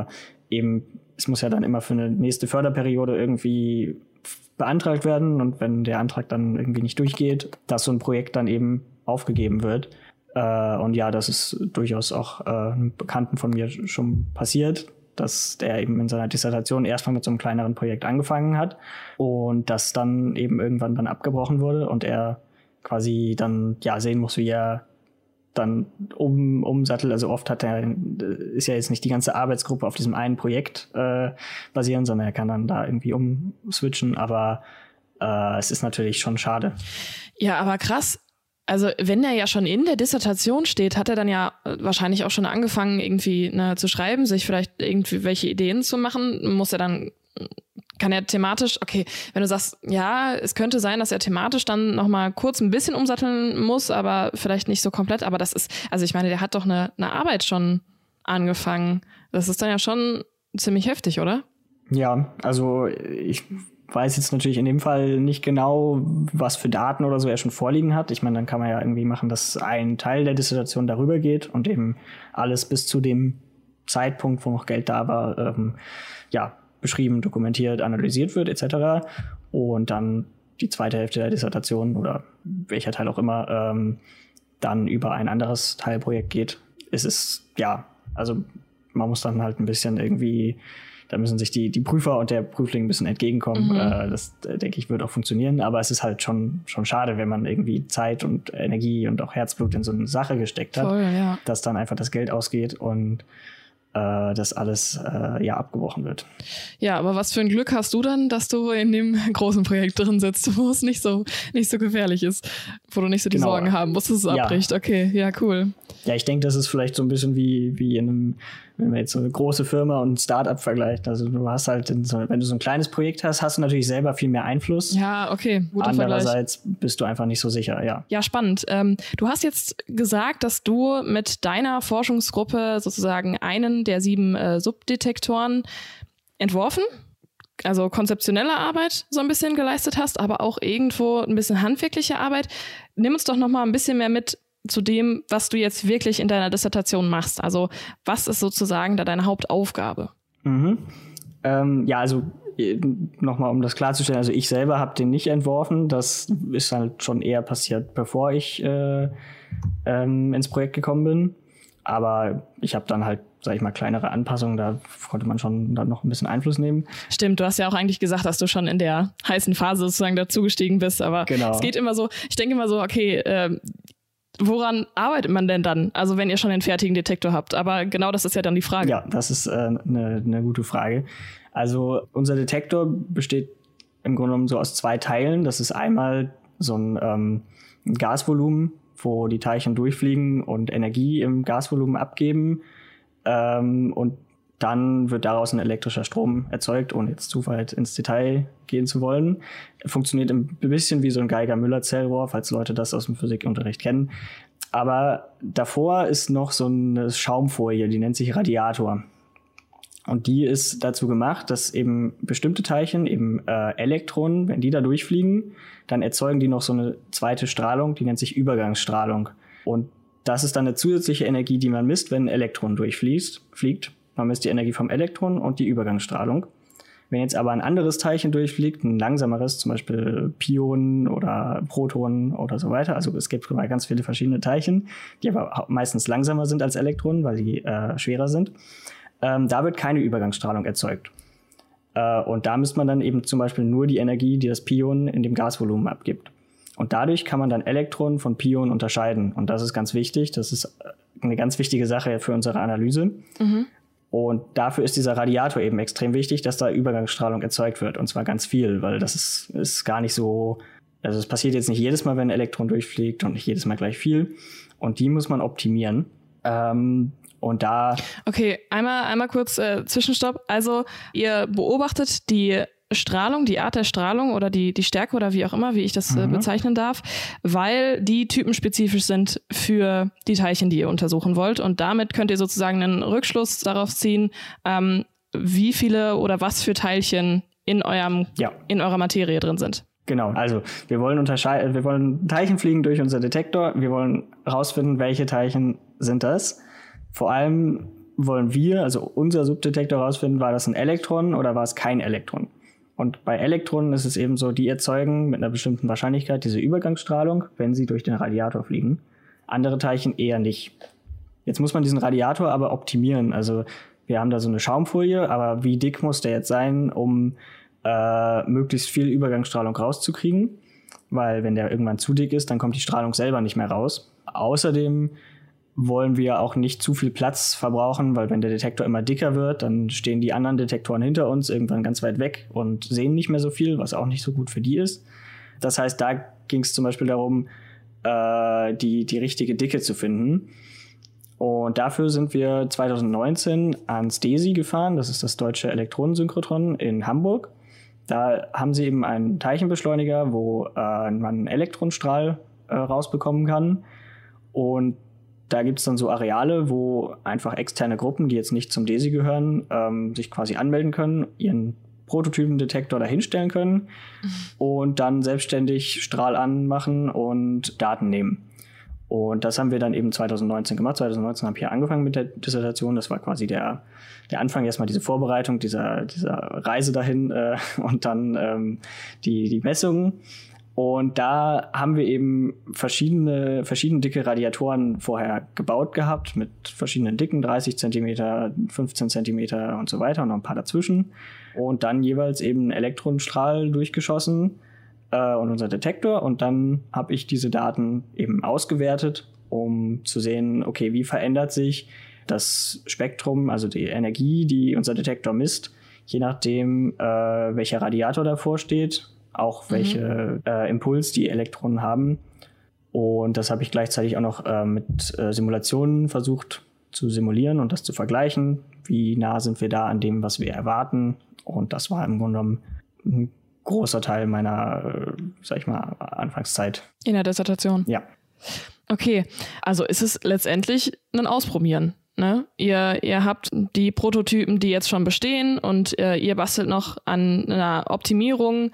eben, es muss ja dann immer für eine nächste Förderperiode irgendwie beantragt werden und wenn der Antrag dann irgendwie nicht durchgeht, dass so ein Projekt dann eben aufgegeben wird. Und ja, das ist durchaus auch einem Bekannten von mir schon passiert, dass der eben in seiner Dissertation erstmal mit so einem kleineren Projekt angefangen hat und das dann eben irgendwann dann abgebrochen wurde und er quasi dann ja sehen muss, wie er dann umsattelt. Also oft ist ja jetzt nicht die ganze Arbeitsgruppe auf diesem einen Projekt basieren, sondern er kann dann da irgendwie umswitchen, aber es ist natürlich schon schade. Ja, aber krass. Also wenn er ja schon in der Dissertation steht, hat er dann ja wahrscheinlich auch schon angefangen, irgendwie zu schreiben, sich vielleicht irgendwie welche Ideen zu machen. Kann er thematisch, okay, wenn du sagst, ja, es könnte sein, dass er thematisch dann nochmal kurz ein bisschen umsatteln muss, aber vielleicht nicht so komplett. Aber das ist, also ich meine, der hat doch eine Arbeit schon angefangen. Das ist dann ja schon ziemlich heftig, oder? Ja, also ich weiß jetzt natürlich in dem Fall nicht genau, was für Daten oder so er schon vorliegen hat. Ich meine, dann kann man ja irgendwie machen, dass ein Teil der Dissertation darüber geht und eben alles bis zu dem Zeitpunkt, wo noch Geld da war, beschrieben, dokumentiert, analysiert wird etc. Und dann die zweite Hälfte der Dissertation oder welcher Teil auch immer dann über ein anderes Teilprojekt geht. Also man muss dann halt ein bisschen irgendwie, da müssen sich die Prüfer und der Prüfling ein bisschen entgegenkommen. Das, denke ich, wird auch funktionieren. Aber es ist halt schon schade, wenn man irgendwie Zeit und Energie und auch Herzblut in so eine Sache gesteckt hat, voll, ja, dass dann einfach das Geld ausgeht und das alles abgebrochen wird. Ja, aber was für ein Glück hast du dann, dass du in dem großen Projekt drin sitzt, wo es nicht so gefährlich ist, wo du nicht so die Sorgen haben musst, dass es abbricht. Okay, ja, cool. Ja, ich denke, das ist vielleicht so ein bisschen wie in einem, wenn man jetzt so eine große Firma und ein Start-up vergleicht. Also du hast halt, wenn du so ein kleines Projekt hast du natürlich selber viel mehr Einfluss. Ja, okay, guter Vergleich. Andererseits bist du einfach nicht so sicher, ja. Ja, spannend. Du hast jetzt gesagt, dass du mit deiner Forschungsgruppe sozusagen einen der 7 Subdetektoren entworfen, also konzeptionelle Arbeit so ein bisschen geleistet hast, aber auch irgendwo ein bisschen handwerkliche Arbeit. Nimm uns doch noch mal ein bisschen mehr mit zu dem, was du jetzt wirklich in deiner Dissertation machst. Also was ist sozusagen da deine Hauptaufgabe? Also nochmal, um das klarzustellen, also ich selber habe den nicht entworfen. Das ist halt schon eher passiert, bevor ich ins Projekt gekommen bin. Aber ich habe dann halt, sag ich mal, kleinere Anpassungen, da konnte man schon dann noch ein bisschen Einfluss nehmen. Stimmt, du hast ja auch eigentlich gesagt, dass du schon in der heißen Phase sozusagen dazugestiegen bist, aber Es geht immer so, ich denke immer so, okay, woran arbeitet man denn dann? Also wenn ihr schon den fertigen Detektor habt, aber genau das ist ja dann die Frage. Ja, das ist eine gute Frage. Also unser Detektor besteht im Grunde genommen so aus 2 Teilen. Das ist einmal so ein Gasvolumen, wo die Teilchen durchfliegen und Energie im Gasvolumen abgeben. Und dann wird daraus ein elektrischer Strom erzeugt, ohne jetzt zu weit ins Detail gehen zu wollen. Funktioniert ein bisschen wie so ein Geiger-Müller-Zellrohr, falls Leute das aus dem Physikunterricht kennen. Aber davor ist noch so eine Schaumfolie, die nennt sich Radiator. Und die ist dazu gemacht, dass eben bestimmte Teilchen, eben Elektronen, wenn die da durchfliegen, dann erzeugen die noch so eine zweite Strahlung, die nennt sich Übergangsstrahlung. Und das ist dann eine zusätzliche Energie, die man misst, wenn ein Elektron fliegt. Man misst die Energie vom Elektron und die Übergangsstrahlung. Wenn jetzt aber ein anderes Teilchen durchfliegt, ein langsameres, zum Beispiel Pionen oder Protonen oder so weiter, also es gibt ganz viele verschiedene Teilchen, die aber meistens langsamer sind als Elektronen, weil sie schwerer sind, da wird keine Übergangsstrahlung erzeugt. Und da misst man dann eben zum Beispiel nur die Energie, die das Pion in dem Gasvolumen abgibt. Und dadurch kann man dann Elektronen von Pionen unterscheiden. Und das ist ganz wichtig. Das ist eine ganz wichtige Sache für unsere Analyse. Und dafür ist dieser Radiator eben extrem wichtig, dass da Übergangsstrahlung erzeugt wird. Und zwar ganz viel, weil das ist gar nicht so, also es passiert jetzt nicht jedes Mal, wenn ein Elektron durchfliegt und nicht jedes Mal gleich viel. Und die muss man optimieren. Und da... Okay, einmal kurz Zwischenstopp. Also ihr beobachtet die Strahlung, die Art der Strahlung oder die Stärke oder wie auch immer, wie ich das bezeichnen darf, weil die typenspezifisch sind für die Teilchen, die ihr untersuchen wollt. Und damit könnt ihr sozusagen einen Rückschluss darauf ziehen, wie viele oder was für Teilchen in eurer Materie drin sind. Genau, also wir wollen Teilchen fliegen durch unser Detektor, wir wollen rausfinden, welche Teilchen sind das. Vor allem wollen wir, also unser Subdetektor, herausfinden, war das ein Elektron oder war es kein Elektron? Und bei Elektronen ist es eben so, die erzeugen mit einer bestimmten Wahrscheinlichkeit diese Übergangsstrahlung, wenn sie durch den Radiator fliegen. Andere Teilchen eher nicht. Jetzt muss man diesen Radiator aber optimieren. Also wir haben da so eine Schaumfolie, aber wie dick muss der jetzt sein, um möglichst viel Übergangsstrahlung rauszukriegen? Weil wenn der irgendwann zu dick ist, dann kommt die Strahlung selber nicht mehr raus. Außerdem wollen wir auch nicht zu viel Platz verbrauchen, weil wenn der Detektor immer dicker wird, dann stehen die anderen Detektoren hinter uns irgendwann ganz weit weg und sehen nicht mehr so viel, was auch nicht so gut für die ist. Das heißt, da ging es zum Beispiel darum, die richtige Dicke zu finden. Und dafür sind wir 2019 ans DESI gefahren, das ist das Deutsche Elektronensynchrotron in Hamburg. Da haben sie eben einen Teilchenbeschleuniger, wo man einen Elektronenstrahl rausbekommen kann. Und da gibt es dann so Areale, wo einfach externe Gruppen, die jetzt nicht zum DESI gehören, sich quasi anmelden können, ihren Prototypendetektor da hinstellen können und dann selbstständig Strahl anmachen und Daten nehmen. Und das haben wir dann eben 2019 gemacht. 2019 habe ich hier angefangen mit der Dissertation. Das war quasi der Anfang, erstmal diese Vorbereitung dieser Reise dahin und dann die Messungen. Und da haben wir eben verschiedene dicke Radiatoren vorher gebaut gehabt, mit verschiedenen Dicken, 30 Zentimeter, 15 Zentimeter und so weiter und noch ein paar dazwischen. Und dann jeweils eben einen Elektronenstrahl durchgeschossen und unser Detektor. Und dann habe ich diese Daten eben ausgewertet, um zu sehen, okay, wie verändert sich das Spektrum, also die Energie, die unser Detektor misst, je nachdem, welcher Radiator davor steht, auch welche Impuls die Elektronen haben. Und das habe ich gleichzeitig auch noch mit Simulationen versucht zu simulieren und das zu vergleichen. Wie nah sind wir da an dem, was wir erwarten? Und das war im Grunde genommen ein großer Teil meiner, Anfangszeit. In der Dissertation? Ja. Okay, also ist es letztendlich ein Ausprobieren. Ne? Ihr habt die Prototypen, die jetzt schon bestehen und ihr bastelt noch an einer Optimierung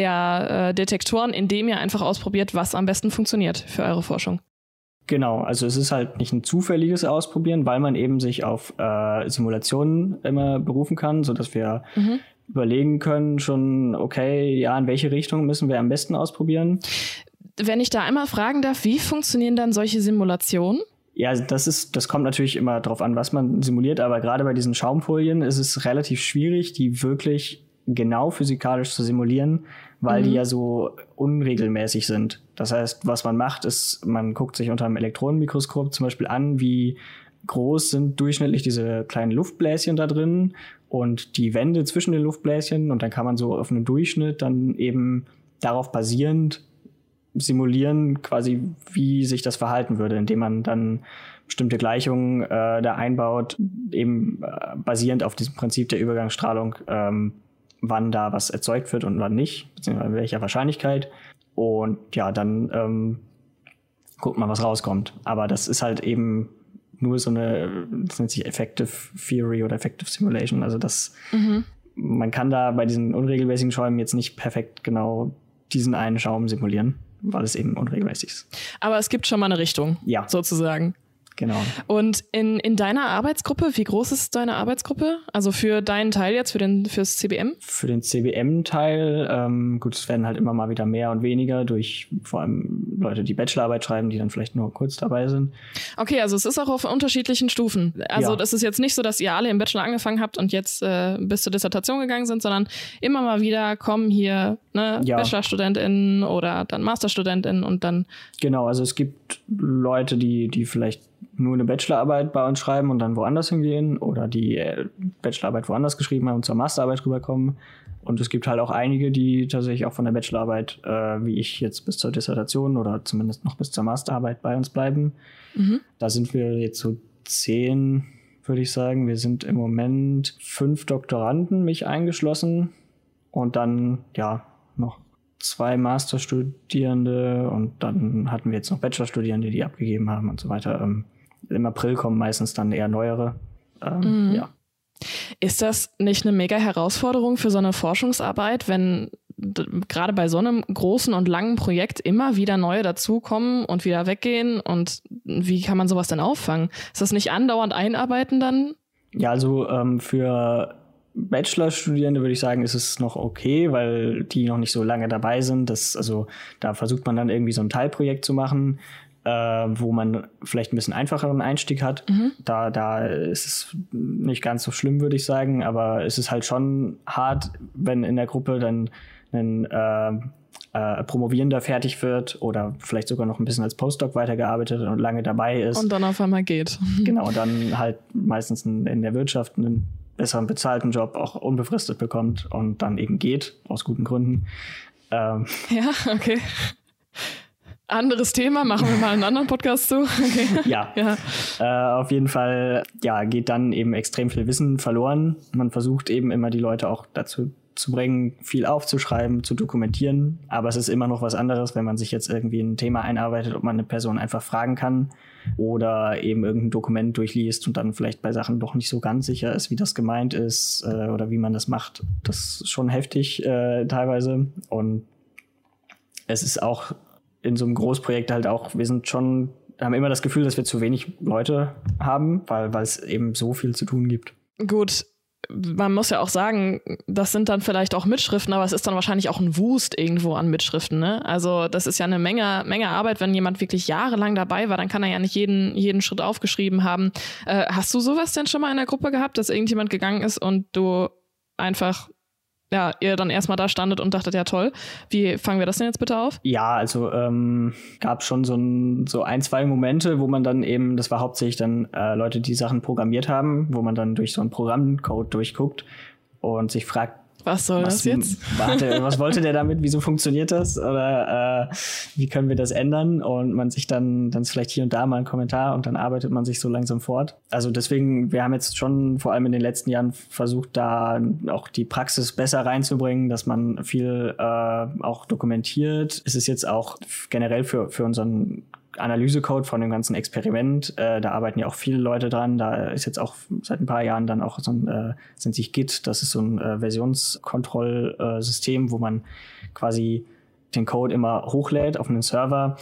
der Detektoren, indem ihr einfach ausprobiert, was am besten funktioniert für eure Forschung. Genau, also es ist halt nicht ein zufälliges Ausprobieren, weil man eben sich auf Simulationen immer berufen kann, sodass wir überlegen können schon, okay, ja, in welche Richtung müssen wir am besten ausprobieren. Wenn ich da einmal fragen darf, wie funktionieren dann solche Simulationen? Ja, das kommt natürlich immer drauf an, was man simuliert, aber gerade bei diesen Schaumfolien ist es relativ schwierig, die wirklich genau physikalisch zu simulieren, weil die ja so unregelmäßig sind. Das heißt, was man macht, ist, man guckt sich unter einem Elektronenmikroskop zum Beispiel an, wie groß sind durchschnittlich diese kleinen Luftbläschen da drin und die Wände zwischen den Luftbläschen, und dann kann man so auf einem Durchschnitt dann eben darauf basierend simulieren, quasi wie sich das verhalten würde, indem man dann bestimmte Gleichungen da einbaut, eben basierend auf diesem Prinzip der Übergangsstrahlung, wann da was erzeugt wird und wann nicht, beziehungsweise welcher Wahrscheinlichkeit. Und ja, dann guckt man, was rauskommt. Aber das ist halt eben nur so das nennt sich Effective Theory oder Effective Simulation. Also man kann da bei diesen unregelmäßigen Schäumen jetzt nicht perfekt genau diesen einen Schaum simulieren, weil es eben unregelmäßig ist. Aber es gibt schon mal eine Richtung, sozusagen. Genau. Und in deiner Arbeitsgruppe, wie groß ist deine Arbeitsgruppe? Also für deinen Teil jetzt, fürs CBM? Für den CBM-Teil, gut, es werden halt immer mal wieder mehr und weniger durch vor allem Leute, die Bachelorarbeit schreiben, die dann vielleicht nur kurz dabei sind. Okay, also es ist auch auf unterschiedlichen Stufen. Also das ist jetzt nicht so, dass ihr alle im Bachelor angefangen habt und jetzt bis zur Dissertation gegangen sind, sondern immer mal wieder kommen hier BachelorstudentInnen oder dann MasterstudentInnen und dann... Genau, also es gibt Leute, die vielleicht nur eine Bachelorarbeit bei uns schreiben und dann woanders hingehen oder die Bachelorarbeit woanders geschrieben haben und zur Masterarbeit rüberkommen. Und es gibt halt auch einige, die tatsächlich auch von der Bachelorarbeit, wie ich jetzt, bis zur Dissertation oder zumindest noch bis zur Masterarbeit bei uns bleiben. Da sind wir jetzt so 10, würde ich sagen. Wir sind im Moment 5 Doktoranden, mich eingeschlossen. Und dann, noch 2 Masterstudierende und dann hatten wir jetzt noch Bachelorstudierende, die abgegeben haben und so weiter. Im April kommen meistens dann eher neuere. Ja. Ist das nicht eine mega Herausforderung für so eine Forschungsarbeit, wenn gerade bei so einem großen und langen Projekt immer wieder neue dazukommen und wieder weggehen. Und wie kann man sowas denn auffangen? Ist das nicht andauernd einarbeiten dann? Ja, also für Bachelorstudierende würde ich sagen, ist es noch okay, weil die noch nicht so lange dabei sind. Da versucht man dann irgendwie so ein Teilprojekt zu machen, wo man vielleicht ein bisschen einfacheren Einstieg hat. Da ist es nicht ganz so schlimm, würde ich sagen, aber es ist halt schon hart, wenn in der Gruppe dann ein Promovierender fertig wird oder vielleicht sogar noch ein bisschen als Postdoc weitergearbeitet und lange dabei ist. Und dann auf einmal geht. Genau, dann halt meistens in der Wirtschaft einen besseren bezahlten Job auch unbefristet bekommt und dann eben geht, aus guten Gründen. Ja, okay. Anderes Thema, machen wir mal einen anderen Podcast zu. Okay. Ja. Auf jeden Fall geht dann eben extrem viel Wissen verloren. Man versucht eben immer die Leute auch dazu zu bringen, viel aufzuschreiben, zu dokumentieren. Aber es ist immer noch was anderes, wenn man sich jetzt irgendwie in ein Thema einarbeitet, ob man eine Person einfach fragen kann oder eben irgendein Dokument durchliest und dann vielleicht bei Sachen doch nicht so ganz sicher ist, wie das gemeint ist oder wie man das macht. Das ist schon heftig teilweise. Und es ist auch in so einem Großprojekt halt auch, haben immer das Gefühl, dass wir zu wenig Leute haben, weil es eben so viel zu tun gibt. Gut, man muss ja auch sagen, das sind dann vielleicht auch Mitschriften, aber es ist dann wahrscheinlich auch ein Wust irgendwo an Mitschriften, ne? Also das ist ja eine Menge Arbeit, wenn jemand wirklich jahrelang dabei war, dann kann er ja nicht jeden Schritt aufgeschrieben haben. Hast du sowas denn schon mal in der Gruppe gehabt, dass irgendjemand gegangen ist und du einfach ihr dann erstmal da standet und dachtet, ja toll, wie fangen wir das denn jetzt bitte auf? Ja, also gab schon so ein, zwei Momente, wo man dann eben, das war hauptsächlich dann Leute, die Sachen programmiert haben, wo man dann durch so einen Programmcode durchguckt und sich fragt, was soll das jetzt? Was wollte der damit? Wieso funktioniert das? Oder wie können wir das ändern? Und man sich dann ist vielleicht hier und da mal ein Kommentar und dann arbeitet man sich so langsam fort. Also deswegen, wir haben jetzt schon vor allem in den letzten Jahren versucht, da auch die Praxis besser reinzubringen, dass man viel auch dokumentiert. Es ist jetzt auch generell für unseren Analysecode von dem ganzen Experiment, da arbeiten ja auch viele Leute dran. Da ist jetzt auch seit ein paar Jahren dann auch so ein, nennt sich Git, das ist so ein Versionskontrollsystem, wo man quasi den Code immer hochlädt auf einen Server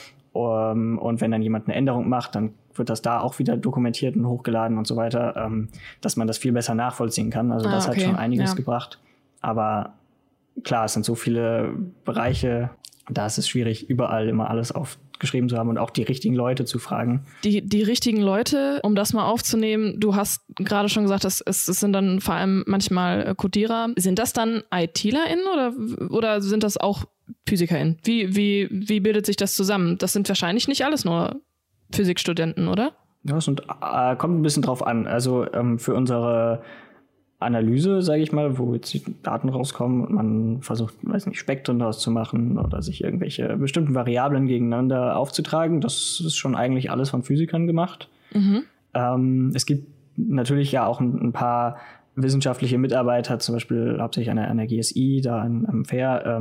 und wenn dann jemand eine Änderung macht, dann wird das da auch wieder dokumentiert und hochgeladen und so weiter, dass man das viel besser nachvollziehen kann. Also das hat schon einiges gebracht. Aber klar, es sind so viele Bereiche, da ist es schwierig, überall immer alles aufgeschrieben zu haben und auch die richtigen Leute zu fragen. Die richtigen Leute, um das mal aufzunehmen, du hast gerade schon gesagt, es sind dann vor allem manchmal Codierer. Sind das dann ITlerInnen oder sind das auch PhysikerInnen? Wie bildet sich das zusammen? Das sind wahrscheinlich nicht alles nur Physikstudenten, oder? Ja, es kommt ein bisschen drauf an. Also für unsere Analyse, sage ich mal, wo jetzt die Daten rauskommen und man versucht, Spektren daraus zu machen oder sich irgendwelche bestimmten Variablen gegeneinander aufzutragen. Das ist schon eigentlich alles von Physikern gemacht. Es gibt natürlich ja auch ein paar wissenschaftliche Mitarbeiter, zum Beispiel hauptsächlich an der GSI, da am FAIR,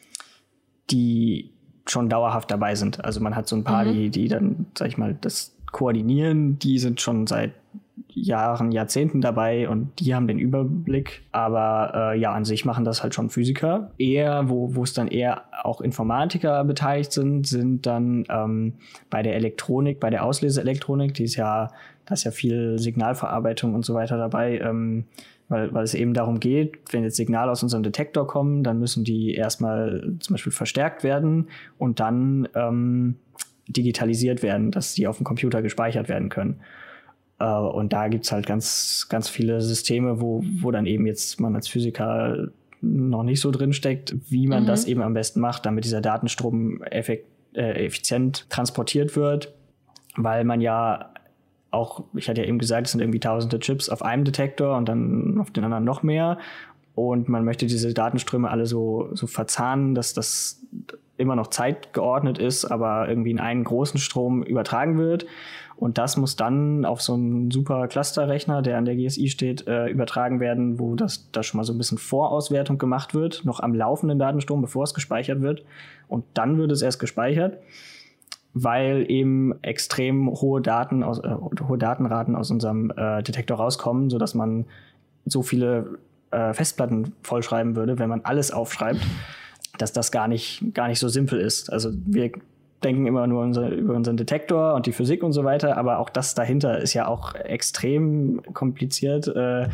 die schon dauerhaft dabei sind. Also man hat so ein paar, die dann, sag ich mal, das koordinieren, die sind schon seit Jahren, Jahrzehnten dabei und die haben den Überblick. Aber an sich machen das halt schon Physiker. Eher, wo es dann eher auch Informatiker beteiligt sind dann bei der Elektronik, bei der Ausleseelektronik, da ist ja viel Signalverarbeitung und so weiter dabei, weil es eben darum geht, wenn jetzt Signale aus unserem Detektor kommen, dann müssen die erstmal zum Beispiel verstärkt werden und dann digitalisiert werden, dass die auf dem Computer gespeichert werden können. Und da gibt's halt ganz, ganz viele Systeme, wo dann eben jetzt man als Physiker noch nicht so drin steckt, wie man das eben am besten macht, damit dieser Datenstrom effizient transportiert wird, weil man ja auch, ich hatte ja eben gesagt, es sind irgendwie tausende Chips auf einem Detektor und dann auf den anderen noch mehr und man möchte diese Datenströme alle so verzahnen, dass das immer noch zeitgeordnet ist, aber irgendwie in einen großen Strom übertragen wird. Und das muss dann auf so einen super Clusterrechner, der an der GSI steht, übertragen werden, wo da schon mal so ein bisschen Vorauswertung gemacht wird, noch am laufenden Datenstrom, bevor es gespeichert wird. Und dann wird es erst gespeichert, weil eben extrem hohe Datenraten aus unserem Detektor rauskommen, sodass man so viele Festplatten vollschreiben würde, wenn man alles aufschreibt. dass das gar nicht so simpel ist. Also wir denken immer nur über unseren Detektor und die Physik und so weiter, aber auch das dahinter ist ja auch extrem kompliziert,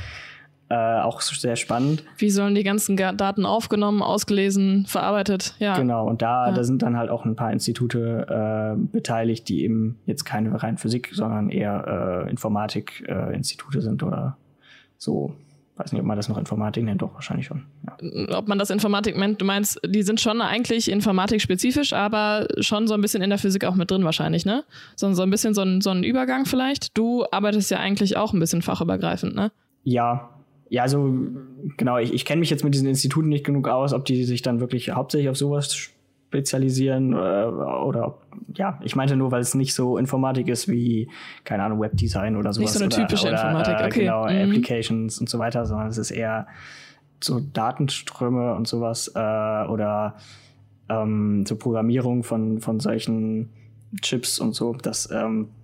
auch sehr spannend. Wie sollen die ganzen Daten aufgenommen, ausgelesen, verarbeitet? Ja. Genau, und da sind dann halt auch ein paar Institute beteiligt, die eben jetzt keine rein Physik, sondern eher Informatik-Institute sind oder so. Weiß nicht, ob man das noch Informatik nennt, doch wahrscheinlich schon. Ja. Ob man das Informatik nennt, du meinst, die sind schon eigentlich informatikspezifisch, aber schon so ein bisschen in der Physik auch mit drin wahrscheinlich, ne? So ein bisschen so ein Übergang vielleicht. Du arbeitest ja eigentlich auch ein bisschen fachübergreifend, ne? Ja, also genau, ich kenne mich jetzt mit diesen Instituten nicht genug aus, ob die sich dann wirklich hauptsächlich auf sowas spezialisieren oder ob, ja, ich meinte nur, weil es nicht so Informatik ist wie, keine Ahnung, Webdesign oder sowas. Nicht so eine typische Informatik, okay. Genau, Applications und so weiter, sondern es ist eher so Datenströme und sowas oder so Programmierung von solchen Chips und so, das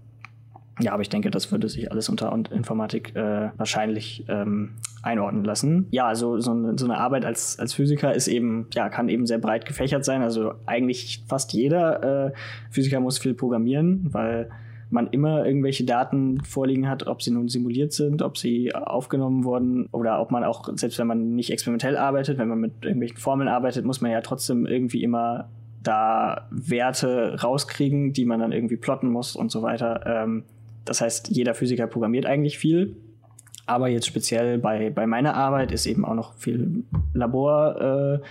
ja, aber ich denke, das würde sich alles unter Informatik wahrscheinlich einordnen lassen. Ja, also so eine Arbeit als Physiker ist eben, ja, kann eben sehr breit gefächert sein. Also eigentlich fast jeder Physiker muss viel programmieren, weil man immer irgendwelche Daten vorliegen hat, ob sie nun simuliert sind, ob sie aufgenommen wurden oder ob man auch, selbst wenn man nicht experimentell arbeitet, wenn man mit irgendwelchen Formeln arbeitet, muss man ja trotzdem irgendwie immer da Werte rauskriegen, die man dann irgendwie plotten muss und so weiter. Das heißt, jeder Physiker programmiert eigentlich viel. Aber jetzt speziell bei meiner Arbeit ist eben auch noch viel Laborarbeit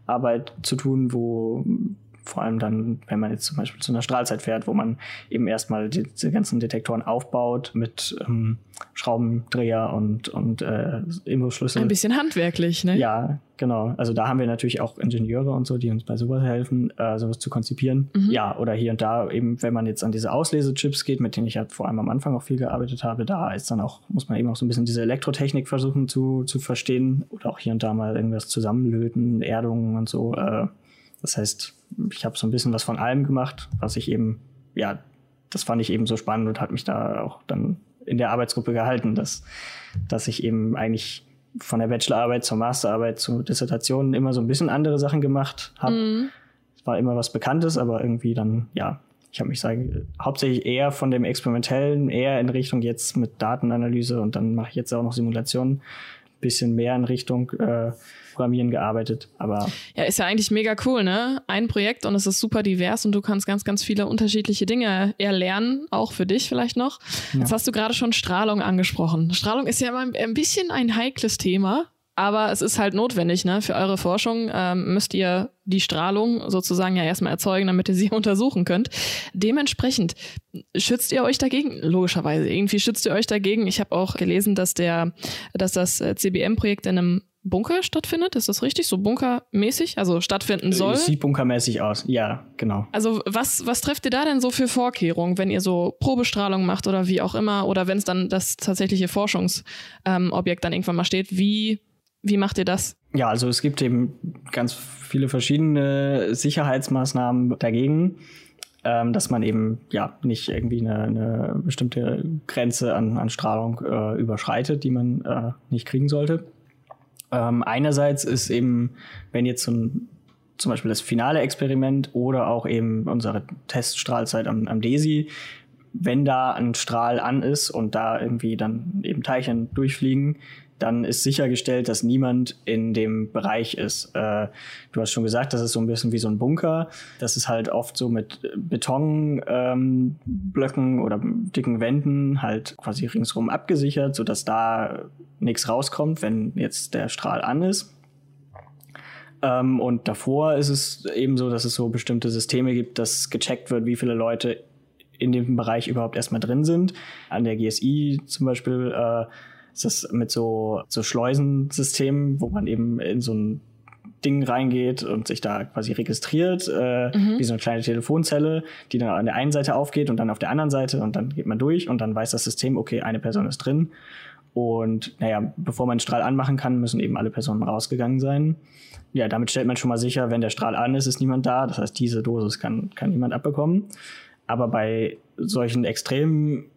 zu tun, wo vor allem dann, wenn man jetzt zum Beispiel zu einer Strahlzeit fährt, wo man eben erstmal diese ganzen Detektoren aufbaut mit Schraubendreher und Imbusschlüssel. Ein bisschen handwerklich, ne? Ja, genau. Also da haben wir natürlich auch Ingenieure und so, die uns bei sowas helfen, sowas zu konzipieren. Ja, oder hier und da eben, wenn man jetzt an diese Auslesechips geht, mit denen ich ja vor allem am Anfang auch viel gearbeitet habe, da ist dann auch, muss man eben auch so ein bisschen diese Elektrotechnik versuchen zu verstehen oder auch hier und da mal irgendwas zusammenlöten, Erdungen und so. Das heißt, ich habe so ein bisschen was von allem gemacht, was ich eben, ja, das fand ich eben so spannend und hat mich da auch dann in der Arbeitsgruppe gehalten, dass ich eben eigentlich von der Bachelorarbeit zur Masterarbeit zur Dissertation immer so ein bisschen andere Sachen gemacht habe. Es war immer was Bekanntes, aber irgendwie dann, ja, ich habe mich hauptsächlich eher von dem Experimentellen, eher in Richtung jetzt mit Datenanalyse und dann mache ich jetzt auch noch Simulationen, bisschen mehr in Richtung Programmieren gearbeitet, aber... Ja, ist ja eigentlich mega cool, ne? Ein Projekt und es ist super divers und du kannst ganz, ganz viele unterschiedliche Dinge erlernen, auch für dich vielleicht noch. Ja. Jetzt hast du gerade schon Strahlung angesprochen. Strahlung ist ja immer ein bisschen ein heikles Thema, aber es ist halt notwendig, ne? Für eure Forschung müsst ihr die Strahlung sozusagen ja erstmal erzeugen, damit ihr sie untersuchen könnt. Dementsprechend schützt ihr euch dagegen? Logischerweise. Irgendwie schützt ihr euch dagegen. Ich habe auch gelesen, dass das CBM-Projekt in einem Bunker stattfindet. Ist das richtig? So bunkermäßig? Also stattfinden soll? Es sieht bunkermäßig aus. Ja, genau. Also was trefft ihr da denn so für Vorkehrungen, wenn ihr so Probestrahlung macht oder wie auch immer? Oder wenn es dann das tatsächliche Forschungsobjekt dann irgendwann mal steht, wie macht ihr das? Ja, also es gibt eben ganz viele verschiedene Sicherheitsmaßnahmen dagegen, dass man eben ja nicht irgendwie eine bestimmte Grenze an Strahlung überschreitet, die man nicht kriegen sollte. Einerseits ist eben, wenn jetzt zum Beispiel das finale Experiment oder auch eben unsere Teststrahlzeit am DESI, wenn da ein Strahl an ist und da irgendwie dann eben Teilchen durchfliegen, dann ist sichergestellt, dass niemand in dem Bereich ist. Du hast schon gesagt, das ist so ein bisschen wie so ein Bunker. Das ist halt oft so mit Betonblöcken oder dicken Wänden halt quasi ringsrum abgesichert, sodass da nichts rauskommt, wenn jetzt der Strahl an ist. Und davor ist es eben so, dass es so bestimmte Systeme gibt, dass gecheckt wird, wie viele Leute in dem Bereich überhaupt erstmal drin sind. An der GSI zum Beispiel ist das mit so Schleusensystemen, wo man eben in so ein Ding reingeht und sich da quasi registriert, wie so eine kleine Telefonzelle, die dann an der einen Seite aufgeht und dann auf der anderen Seite und dann geht man durch und dann weiß das System, okay, eine Person ist drin. Und naja, bevor man den Strahl anmachen kann, müssen eben alle Personen rausgegangen sein. Ja, damit stellt man schon mal sicher, wenn der Strahl an ist, ist niemand da. Das heißt, diese Dosis kann niemand abbekommen. Aber bei solchen extremen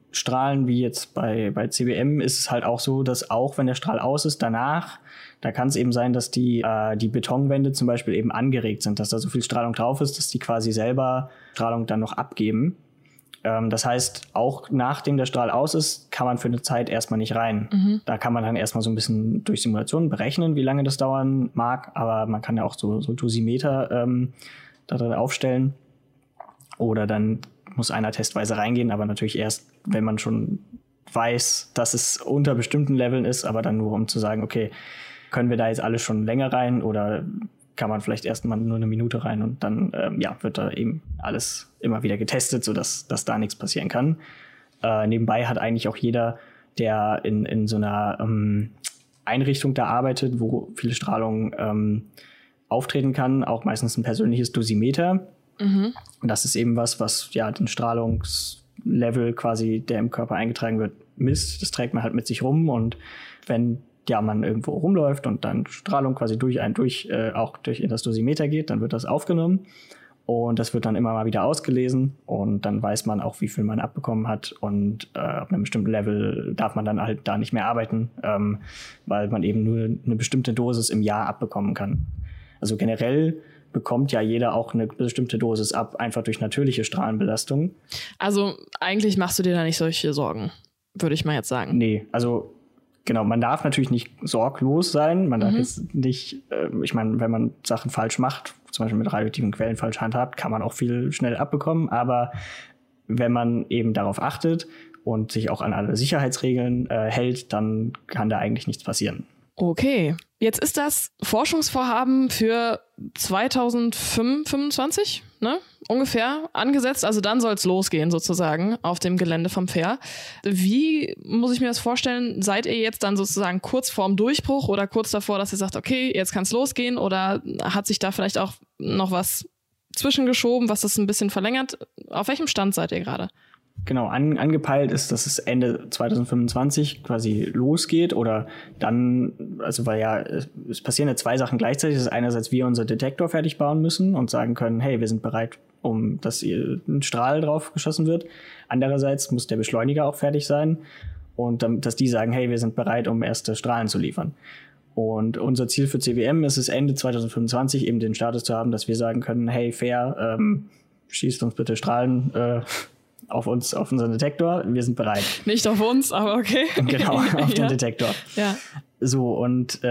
Strahlen wie jetzt bei CBM ist es halt auch so, dass auch wenn der Strahl aus ist, danach, da kann es eben sein, dass die Betonwände zum Beispiel eben angeregt sind, dass da so viel Strahlung drauf ist, dass die quasi selber Strahlung dann noch abgeben. Das heißt, auch nachdem der Strahl aus ist, kann man für eine Zeit erstmal nicht rein. Da kann man dann erstmal so ein bisschen durch Simulationen berechnen, wie lange das dauern mag, aber man kann ja auch so Dosimeter da drin aufstellen. Oder dann muss einer testweise reingehen, aber natürlich erst, wenn man schon weiß, dass es unter bestimmten Leveln ist, aber dann nur, um zu sagen, okay, können wir da jetzt alle schon länger rein oder kann man vielleicht erst mal nur eine Minute rein und dann wird da eben alles immer wieder getestet, sodass da nichts passieren kann. Nebenbei hat eigentlich auch jeder, der in so einer Einrichtung da arbeitet, wo viele Strahlung auftreten kann, auch meistens ein persönliches Dosimeter. Und das ist eben was ja den Strahlungslevel quasi, der im Körper eingetragen wird, misst. Das trägt man halt mit sich rum und wenn man irgendwo rumläuft und dann Strahlung quasi auch durch das Dosimeter geht, dann wird das aufgenommen und das wird dann immer mal wieder ausgelesen und dann weiß man auch, wie viel man abbekommen hat und auf einem bestimmten Level darf man dann halt da nicht mehr arbeiten, weil man eben nur eine bestimmte Dosis im Jahr abbekommen kann. Also generell bekommt ja jeder auch eine bestimmte Dosis ab, einfach durch natürliche Strahlenbelastung. Also eigentlich machst du dir da nicht solche Sorgen, würde ich mal jetzt sagen. Nee, also genau, man darf natürlich nicht sorglos sein. Man darf jetzt nicht, ich meine, wenn man Sachen falsch macht, zum Beispiel mit radioaktiven Quellen falsch handhabt, kann man auch viel schnell abbekommen. Aber wenn man eben darauf achtet und sich auch an alle Sicherheitsregeln hält, dann kann da eigentlich nichts passieren. Okay, jetzt ist das Forschungsvorhaben für 2025, ne? Ungefähr angesetzt. Also dann soll es losgehen sozusagen auf dem Gelände vom Fair. Wie muss ich mir das vorstellen? Seid ihr jetzt dann sozusagen kurz vorm Durchbruch oder kurz davor, dass ihr sagt, okay, jetzt kann es losgehen? Oder hat sich da vielleicht auch noch was zwischengeschoben, was das ein bisschen verlängert? Auf welchem Stand seid ihr gerade? Genau, angepeilt ist, dass es Ende 2025 quasi losgeht oder dann, also weil ja, es passieren ja zwei Sachen gleichzeitig. Das ist einerseits, wir unser Detektor fertig bauen müssen und sagen können, hey, wir sind bereit, dass hier ein Strahl drauf geschossen wird. Andererseits muss der Beschleuniger auch fertig sein und dass die sagen, hey, wir sind bereit, um erste Strahlen zu liefern. Und unser Ziel für CBM ist es, Ende 2025 eben den Status zu haben, dass wir sagen können, hey, Fair, schießt uns bitte Strahlen auf unseren Detektor, wir sind bereit. Nicht auf uns, aber okay. Genau, auf den Detektor. Ja. So, und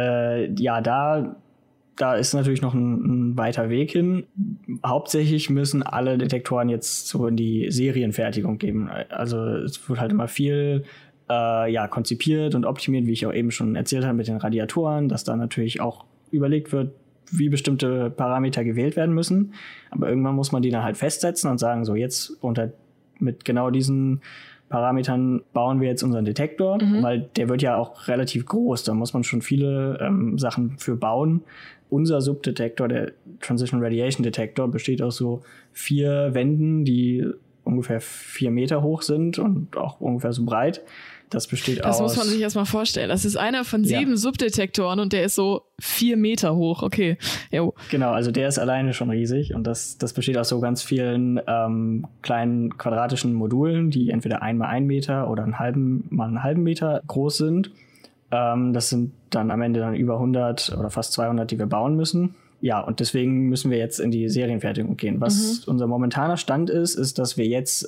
da ist natürlich noch ein weiter Weg hin. Hauptsächlich müssen alle Detektoren jetzt so in die Serienfertigung gehen. Also es wird halt immer viel konzipiert und optimiert, wie ich auch eben schon erzählt habe mit den Radiatoren, dass da natürlich auch überlegt wird, wie bestimmte Parameter gewählt werden müssen. Aber irgendwann muss man die dann halt festsetzen und sagen, so jetzt mit genau diesen Parametern bauen wir jetzt unseren Detektor, weil der wird ja auch relativ groß. Da muss man schon viele Sachen für bauen. Unser Subdetektor, der Transition Radiation Detektor, besteht aus so 4 Wänden, die ungefähr 4 Meter hoch sind und auch ungefähr so breit. Das muss man sich erstmal vorstellen. Das ist einer von 7 Subdetektoren und der ist so 4 Meter hoch. Okay. Jo. Genau, also der ist alleine schon riesig und das besteht aus so ganz vielen kleinen quadratischen Modulen, die entweder 1 mal 1 Meter oder einen halben Meter groß sind. Das sind dann am Ende dann über 100 oder fast 200, die wir bauen müssen. Ja, und deswegen müssen wir jetzt in die Serienfertigung gehen. Was unser momentaner Stand ist, dass wir jetzt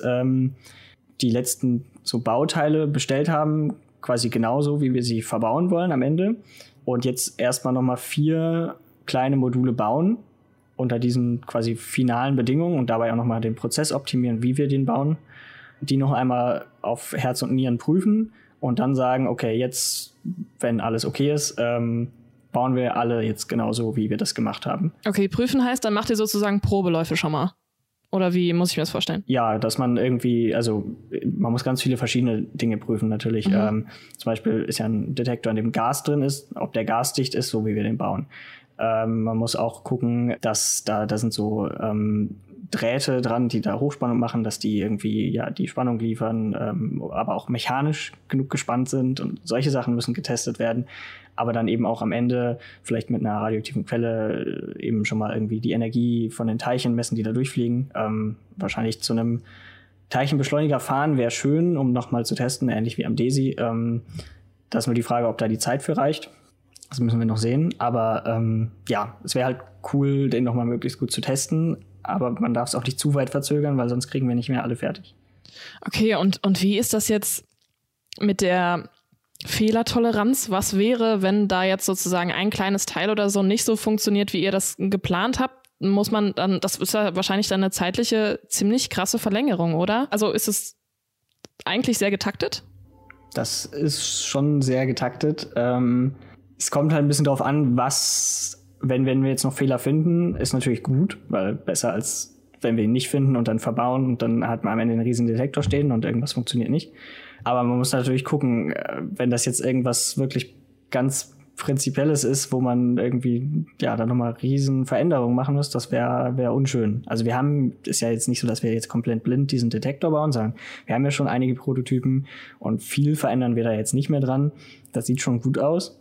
die letzten so Bauteile bestellt haben, quasi genauso, wie wir sie verbauen wollen am Ende. Und jetzt erstmal nochmal 4 kleine Module bauen unter diesen quasi finalen Bedingungen und dabei auch nochmal den Prozess optimieren, wie wir den bauen. Die noch einmal auf Herz und Nieren prüfen und dann sagen, okay, jetzt, wenn alles okay ist, bauen wir alle jetzt genauso, wie wir das gemacht haben. Okay, prüfen heißt, dann macht ihr sozusagen Probeläufe schon mal. Oder wie muss ich mir das vorstellen? Ja, dass man irgendwie, also man muss ganz viele verschiedene Dinge prüfen natürlich. Zum Beispiel ist ja ein Detektor, in dem Gas drin ist, ob der gasdicht ist, so wie wir den bauen. Man muss auch gucken, dass da sind so Drähte dran, die da Hochspannung machen, dass die irgendwie die Spannung liefern, aber auch mechanisch genug gespannt sind und solche Sachen müssen getestet werden. Aber dann eben auch am Ende vielleicht mit einer radioaktiven Quelle eben schon mal irgendwie die Energie von den Teilchen messen, die da durchfliegen. Wahrscheinlich zu einem Teilchenbeschleuniger fahren wäre schön, um nochmal zu testen, ähnlich wie am DESI. Da ist nur die Frage, ob da die Zeit für reicht. Das müssen wir noch sehen. Aber es wäre halt cool, den nochmal möglichst gut zu testen. Aber man darf es auch nicht zu weit verzögern, weil sonst kriegen wir nicht mehr alle fertig. Okay, und wie ist das jetzt mit der Fehlertoleranz? Was wäre, wenn da jetzt sozusagen ein kleines Teil oder so nicht so funktioniert, wie ihr das geplant habt? Muss man dann, das ist ja wahrscheinlich dann eine zeitliche, ziemlich krasse Verlängerung, oder? Also ist es eigentlich sehr getaktet? Das ist schon sehr getaktet. Es kommt halt ein bisschen darauf an, wenn wir jetzt noch Fehler finden, ist natürlich gut, weil besser als wenn wir ihn nicht finden und dann verbauen und dann hat man am Ende einen riesen Detektor stehen und irgendwas funktioniert nicht. Aber man muss natürlich gucken, wenn das jetzt irgendwas wirklich ganz Prinzipielles ist, wo man irgendwie da nochmal riesen Veränderungen machen muss, das wäre unschön. Also ist ja jetzt nicht so, dass wir jetzt komplett blind diesen Detektor bauen, sondern wir haben ja schon einige Prototypen und viel verändern wir da jetzt nicht mehr dran. Das sieht schon gut aus.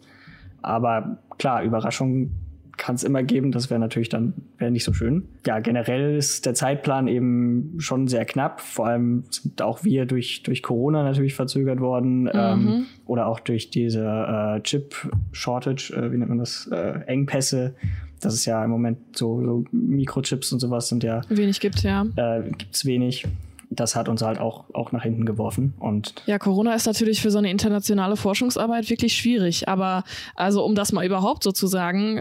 Aber klar, Überraschungen kann es immer geben, das wäre nicht so schön. Ja, generell ist der Zeitplan eben schon sehr knapp. Vor allem sind auch wir durch Corona natürlich verzögert worden oder auch durch diese Chip-Shortage, wie nennt man das, Engpässe. Das ist ja im Moment so Mikrochips und sowas sind ja wenig gibt's wenig. Das hat uns halt auch nach hinten geworfen. Und ja, Corona ist natürlich für so eine internationale Forschungsarbeit wirklich schwierig. Aber also um das mal überhaupt so zu sagen,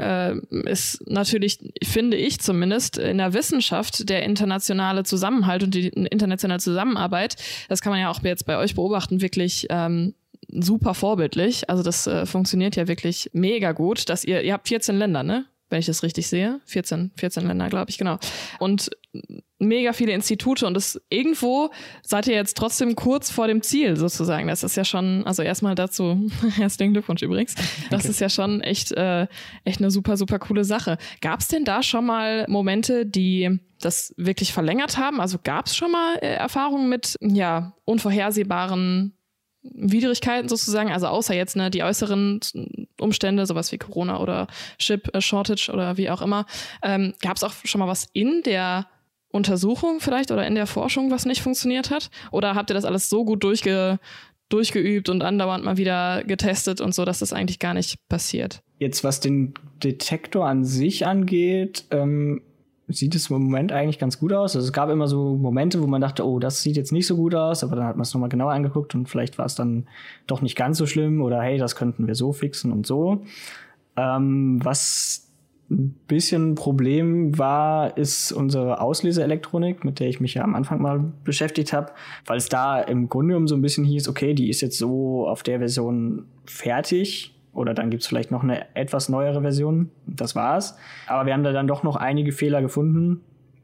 ist natürlich, finde ich zumindest, in der Wissenschaft der internationale Zusammenhalt und die internationale Zusammenarbeit, das kann man ja auch jetzt bei euch beobachten, wirklich super vorbildlich. Also das funktioniert ja wirklich mega gut, dass ihr habt 14 Länder, ne? Wenn ich das richtig sehe. 14 Länder, glaube ich, genau. Und mega viele Institute und irgendwo seid ihr jetzt trotzdem kurz vor dem Ziel sozusagen. Das ist ja schon, also erstmal dazu, herzlichen Glückwunsch übrigens. Das ist ja schon echt eine super, super coole Sache. Gab es denn da schon mal Momente, die das wirklich verlängert haben? Also gab es schon mal Erfahrungen mit, unvorhersehbaren Widrigkeiten sozusagen, also außer jetzt die äußeren Umstände, sowas wie Corona oder Chip-Shortage oder wie auch immer, gab es auch schon mal was in der Untersuchung vielleicht oder in der Forschung, was nicht funktioniert hat? Oder habt ihr das alles so gut durchgeübt und andauernd mal wieder getestet und so, dass das eigentlich gar nicht passiert? Jetzt, was den Detektor an sich angeht, sieht es im Moment eigentlich ganz gut aus. Also es gab immer so Momente, wo man dachte, oh, das sieht jetzt nicht so gut aus, aber dann hat man es nochmal genauer angeguckt und vielleicht war es dann doch nicht ganz so schlimm oder hey, das könnten wir so fixen und so. Was ein bisschen ein Problem war, ist unsere Ausleseelektronik, mit der ich mich ja am Anfang mal beschäftigt habe, weil es da im Grunde genommen so ein bisschen hieß, okay, die ist jetzt so auf der Version fertig oder dann gibt's vielleicht noch eine etwas neuere Version, das war's. Aber wir haben da dann doch noch einige Fehler gefunden,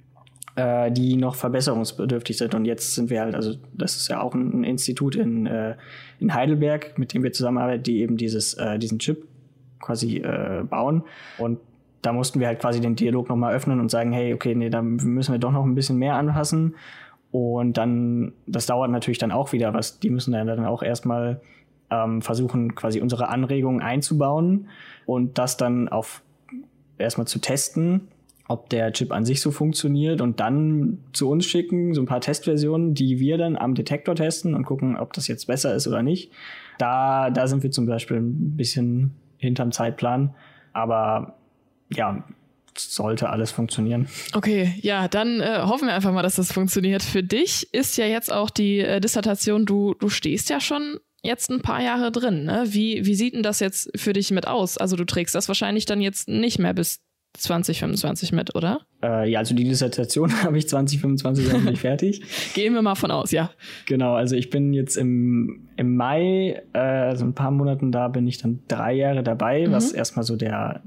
die noch verbesserungsbedürftig sind. Und jetzt sind wir halt, also das ist ja auch ein Institut in Heidelberg, mit dem wir zusammenarbeiten, die eben diesen Chip quasi bauen. Und da mussten wir halt quasi den Dialog nochmal öffnen und sagen, hey, okay, nee, da müssen wir doch noch ein bisschen mehr anpassen. Und dann, das dauert natürlich dann auch wieder was. Die müssen dann auch erstmal versuchen, quasi unsere Anregungen einzubauen und das dann erstmal zu testen, ob der Chip an sich so funktioniert und dann zu uns schicken, so ein paar Testversionen, die wir dann am Detektor testen und gucken, ob das jetzt besser ist oder nicht. Da sind wir zum Beispiel ein bisschen hinterm Zeitplan, aber ja, sollte alles funktionieren. Okay, ja, dann hoffen wir einfach mal, dass das funktioniert. Für dich ist ja jetzt auch die Dissertation, du stehst ja schon jetzt ein paar Jahre drin, ne? Wie sieht denn das jetzt für dich mit aus? Also du trägst das wahrscheinlich dann jetzt nicht mehr bis 2025 mit, oder? Ja, also die Dissertation habe ich 2025 auch nicht fertig. Gehen wir mal von aus, ja. Genau, also ich bin jetzt im Mai, also ein paar Monaten da, bin ich dann 3 Jahre dabei, was erstmal so der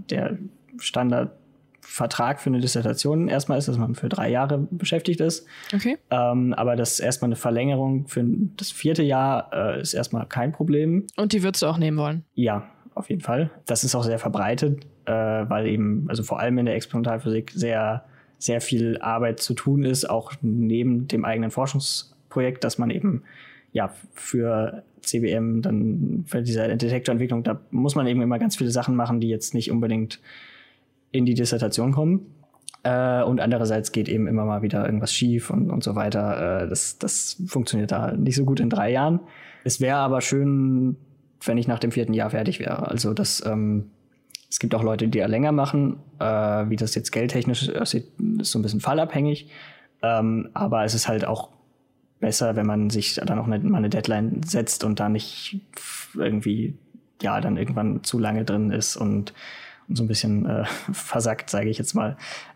Standardvertrag für eine Dissertation erstmal ist, dass man für 3 Jahre beschäftigt ist. Okay. Aber das ist erstmal eine Verlängerung für das 4. Jahr ist erstmal kein Problem. Und die würdest du auch nehmen wollen? Ja, auf jeden Fall. Das ist auch sehr verbreitet, weil eben, also vor allem in der Experimentalphysik sehr, sehr viel Arbeit zu tun ist, auch neben dem eigenen Forschungsprojekt, dass man eben ja für CBM, dann für diese Detektorentwicklung, da muss man eben immer ganz viele Sachen machen, die jetzt nicht unbedingt in die Dissertation kommen. Und andererseits geht eben immer mal wieder irgendwas schief und so weiter. Das funktioniert da nicht so gut in 3 Jahren. Es wäre aber schön, wenn ich nach dem 4. Jahr fertig wäre. Also es gibt auch Leute, die ja länger machen. Wie das jetzt geldtechnisch aussieht, ist so ein bisschen fallabhängig. Aber es ist halt auch besser, wenn man sich dann auch mal eine Deadline setzt und da nicht irgendwie dann irgendwann zu lange drin ist und so ein bisschen versackt, sage ich jetzt mal.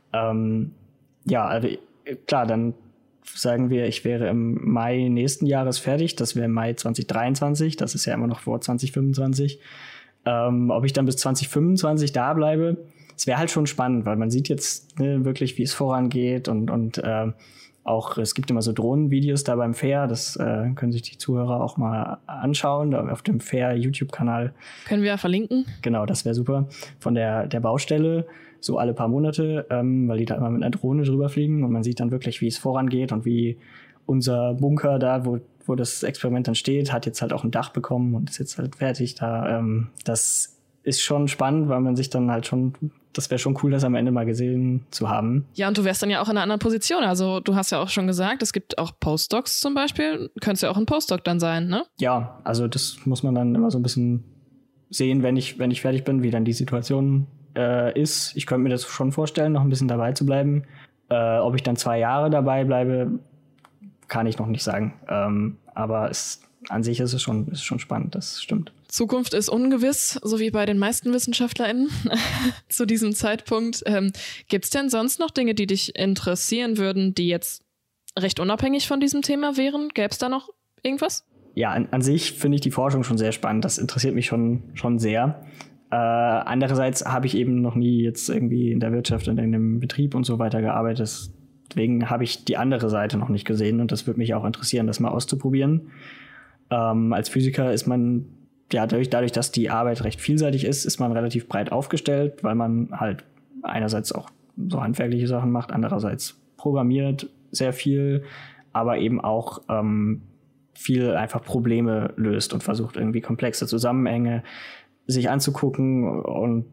Also klar, dann sagen wir, ich wäre im Mai nächsten Jahres fertig. Das wäre Mai 2023. Das ist ja immer noch vor 2025. Ob ich dann bis 2025 da bleibe, es wäre halt schon spannend, weil man sieht jetzt wirklich, wie es vorangeht und auch, es gibt immer so Drohnenvideos da beim Fair, das können sich die Zuhörer auch mal anschauen, da auf dem Fair YouTube-Kanal. Können wir ja verlinken. Genau, das wäre super. Von der Baustelle, so alle paar Monate, weil die da immer mit einer Drohne drüber fliegen und man sieht dann wirklich, wie es vorangeht und wie unser Bunker da, wo das Experiment dann steht, hat jetzt halt auch ein Dach bekommen und ist jetzt halt fertig. Das ist schon spannend, weil man sich dann halt schon, das wäre schon cool, das am Ende mal gesehen zu haben. Ja, und du wärst dann ja auch in einer anderen Position. Also du hast ja auch schon gesagt, es gibt auch Postdocs zum Beispiel. Könntest ja auch ein Postdoc dann sein, ne? Ja, also das muss man dann immer so ein bisschen sehen, wenn ich fertig bin, wie dann die Situation ist. Ich könnte mir das schon vorstellen, noch ein bisschen dabei zu bleiben. Ob ich dann 2 Jahre dabei bleibe, kann ich noch nicht sagen. Aber an sich ist es schon spannend, das stimmt. Zukunft ist ungewiss, so wie bei den meisten WissenschaftlerInnen zu diesem Zeitpunkt. Gibt es denn sonst noch Dinge, die dich interessieren würden, die jetzt recht unabhängig von diesem Thema wären? Gäbe es da noch irgendwas? Ja, an sich finde ich die Forschung schon sehr spannend. Das interessiert mich schon sehr. Andererseits habe ich eben noch nie jetzt irgendwie in der Wirtschaft, in einem Betrieb und so weiter gearbeitet. Deswegen habe ich die andere Seite noch nicht gesehen und das würde mich auch interessieren, das mal auszuprobieren. Als Physiker ist man, dadurch, dass die Arbeit recht vielseitig ist man relativ breit aufgestellt, weil man halt einerseits auch so handwerkliche Sachen macht, andererseits programmiert sehr viel, aber eben auch viel einfach Probleme löst und versucht irgendwie komplexe Zusammenhänge sich anzugucken und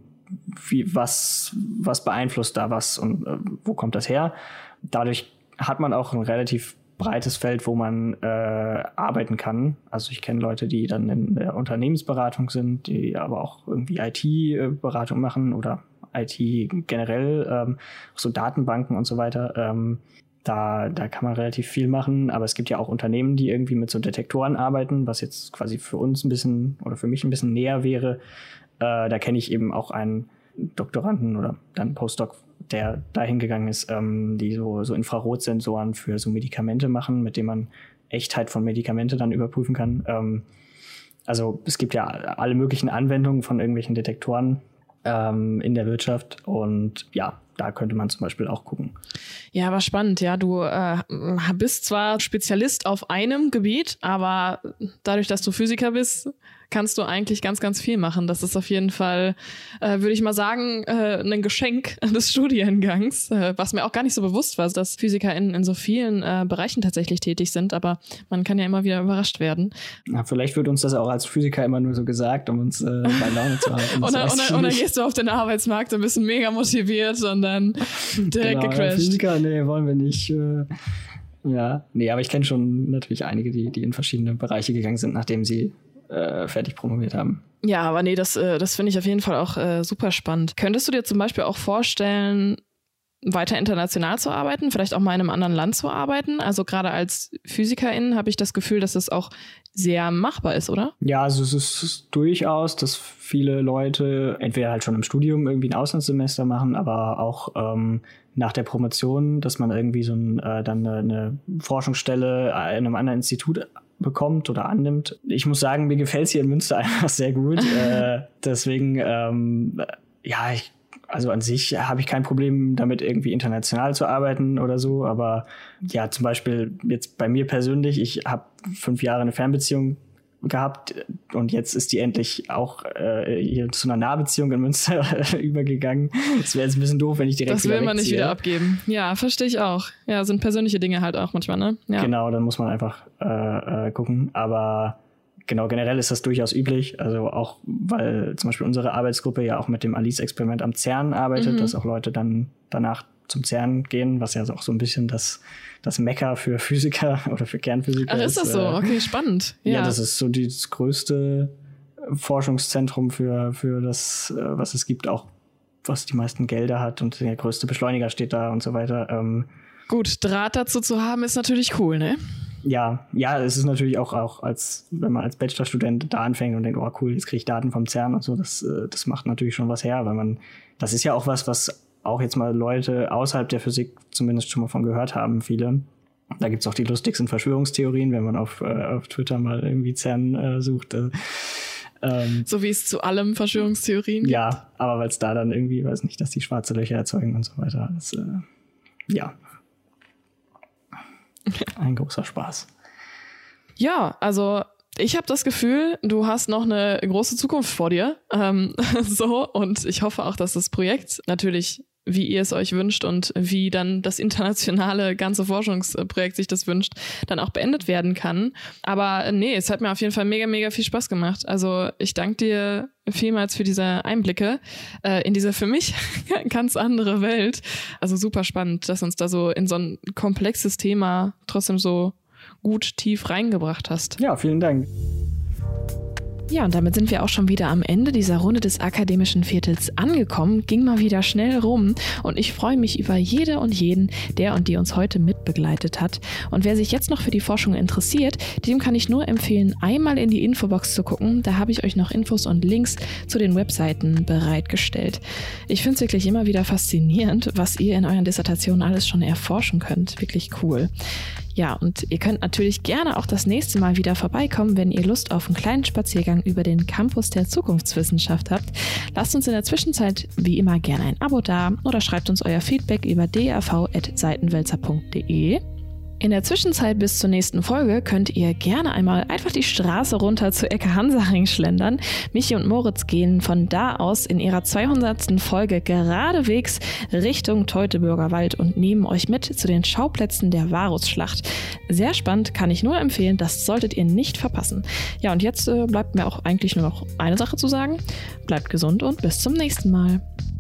was beeinflusst da was und wo kommt das her. Dadurch hat man auch ein relativ breites Feld, wo man arbeiten kann. Also ich kenne Leute, die dann in der Unternehmensberatung sind, die aber auch irgendwie IT-Beratung machen oder IT generell, so Datenbanken und so weiter. Da kann man relativ viel machen, aber es gibt ja auch Unternehmen, die irgendwie mit so Detektoren arbeiten, was jetzt quasi für uns ein bisschen oder für mich ein bisschen näher wäre. Da kenne ich eben auch einen Doktoranden oder dann Postdoc, der dahin gegangen ist, die so Infrarotsensoren für so Medikamente machen, mit denen man Echtheit von Medikamente dann überprüfen kann. Also es gibt ja alle möglichen Anwendungen von irgendwelchen Detektoren in der Wirtschaft und ja, da könnte man zum Beispiel auch gucken. Ja, aber spannend, ja. Du bist zwar Spezialist auf einem Gebiet, aber dadurch, dass du Physiker bist, kannst du eigentlich ganz, ganz viel machen. Das ist auf jeden Fall, würde ich mal sagen, ein Geschenk des Studiengangs, was mir auch gar nicht so bewusst war, dass PhysikerInnen in so vielen Bereichen tatsächlich tätig sind, aber man kann ja immer wieder überrascht werden. Ja, vielleicht wird uns das auch als Physiker immer nur so gesagt, um uns bei Laune zu halten. Und dann gehst du auf den Arbeitsmarkt und bist mega motiviert und dann direkt gecrashed. Physiker, nee, wollen wir nicht. Ja, nee, aber ich kenne schon natürlich einige, die in verschiedene Bereiche gegangen sind, nachdem sie fertig promoviert haben. Ja, aber nee, das finde ich auf jeden Fall auch super spannend. Könntest du dir zum Beispiel auch vorstellen, weiter international zu arbeiten, vielleicht auch mal in einem anderen Land zu arbeiten? Also gerade als PhysikerInnen habe ich das Gefühl, dass es auch sehr machbar ist, oder? Ja, also es ist durchaus, dass viele Leute entweder halt schon im Studium irgendwie ein Auslandssemester machen, aber auch nach der Promotion, dass man irgendwie so dann eine Forschungsstelle in einem anderen Institut bekommt oder annimmt. Ich muss sagen, mir gefällt es hier in Münster einfach sehr gut. Deswegen, also an sich habe ich kein Problem damit, irgendwie international zu arbeiten oder so. Aber ja, zum Beispiel jetzt bei mir persönlich, ich habe 5 Jahre eine Fernbeziehung gehabt und jetzt ist die endlich auch hier zu einer Nahbeziehung in Münster übergegangen. Das wäre jetzt ein bisschen doof, wenn ich direkt wieder Das will man nicht wieder abgeben. Ja, verstehe ich auch. Ja, sind persönliche Dinge halt auch manchmal, ne? Ja. Genau, dann muss man einfach gucken. Aber genau, generell ist das durchaus üblich. Also auch, weil zum Beispiel unsere Arbeitsgruppe ja auch mit dem ALICE-Experiment am CERN arbeitet, dass auch Leute dann danach zum CERN gehen, was ja auch so ein bisschen das Mekka für Physiker oder für Kernphysiker ist. Ach, ist das so? Okay, spannend. Ja, das ist so das größte Forschungszentrum für das, was es gibt, auch was die meisten Gelder hat und der größte Beschleuniger steht da und so weiter. Gut, Draht dazu zu haben, ist natürlich cool, ne? Ja, es ist natürlich auch wenn man als Bachelorstudent da anfängt und denkt, oh cool, jetzt kriege ich Daten vom CERN und so, das macht natürlich schon was her, weil das ist ja auch was auch jetzt mal Leute außerhalb der Physik zumindest schon mal von gehört haben, viele. Da gibt's auch die lustigsten Verschwörungstheorien, wenn man auf Twitter mal irgendwie CERN sucht. So wie es zu allem Verschwörungstheorien gibt. Ja, aber weil es da dann irgendwie, weiß nicht, dass die schwarze Löcher erzeugen und so weiter. Ja. Ein großer Spaß. Ja, also ich habe das Gefühl, du hast noch eine große Zukunft vor dir. Und ich hoffe auch, dass das Projekt natürlich, wie ihr es euch wünscht und wie dann das internationale ganze Forschungsprojekt sich das wünscht, dann auch beendet werden kann. Aber nee, es hat mir auf jeden Fall mega, mega viel Spaß gemacht. Also ich danke dir vielmals für diese Einblicke in diese für mich ganz andere Welt. Also super spannend, dass uns da so in so ein komplexes Thema trotzdem so gut tief reingebracht hast. Ja, vielen Dank. Ja, und damit sind wir auch schon wieder am Ende dieser Runde des akademischen Viertels angekommen. Ging mal wieder schnell rum und ich freue mich über jede und jeden, der und die uns heute mitbegleitet hat. Und wer sich jetzt noch für die Forschung interessiert, dem kann ich nur empfehlen, einmal in die Infobox zu gucken. Da habe ich euch noch Infos und Links zu den Webseiten bereitgestellt. Ich finde es wirklich immer wieder faszinierend, was ihr in euren Dissertationen alles schon erforschen könnt. Wirklich cool. Ja, und ihr könnt natürlich gerne auch das nächste Mal wieder vorbeikommen, wenn ihr Lust auf einen kleinen Spaziergang über den Campus der Zukunftswissenschaft habt. Lasst uns in der Zwischenzeit wie immer gerne ein Abo da oder schreibt uns euer Feedback über dav@seitenwälzer.de. In der Zwischenzeit bis zur nächsten Folge könnt ihr gerne einmal einfach die Straße runter zur Ecke Hansaring schlendern. Michi und Moritz gehen von da aus in ihrer 200. Folge geradewegs Richtung Teutoburger Wald und nehmen euch mit zu den Schauplätzen der Varusschlacht. Sehr spannend, kann ich nur empfehlen, das solltet ihr nicht verpassen. Ja, und jetzt bleibt mir auch eigentlich nur noch eine Sache zu sagen. Bleibt gesund und bis zum nächsten Mal.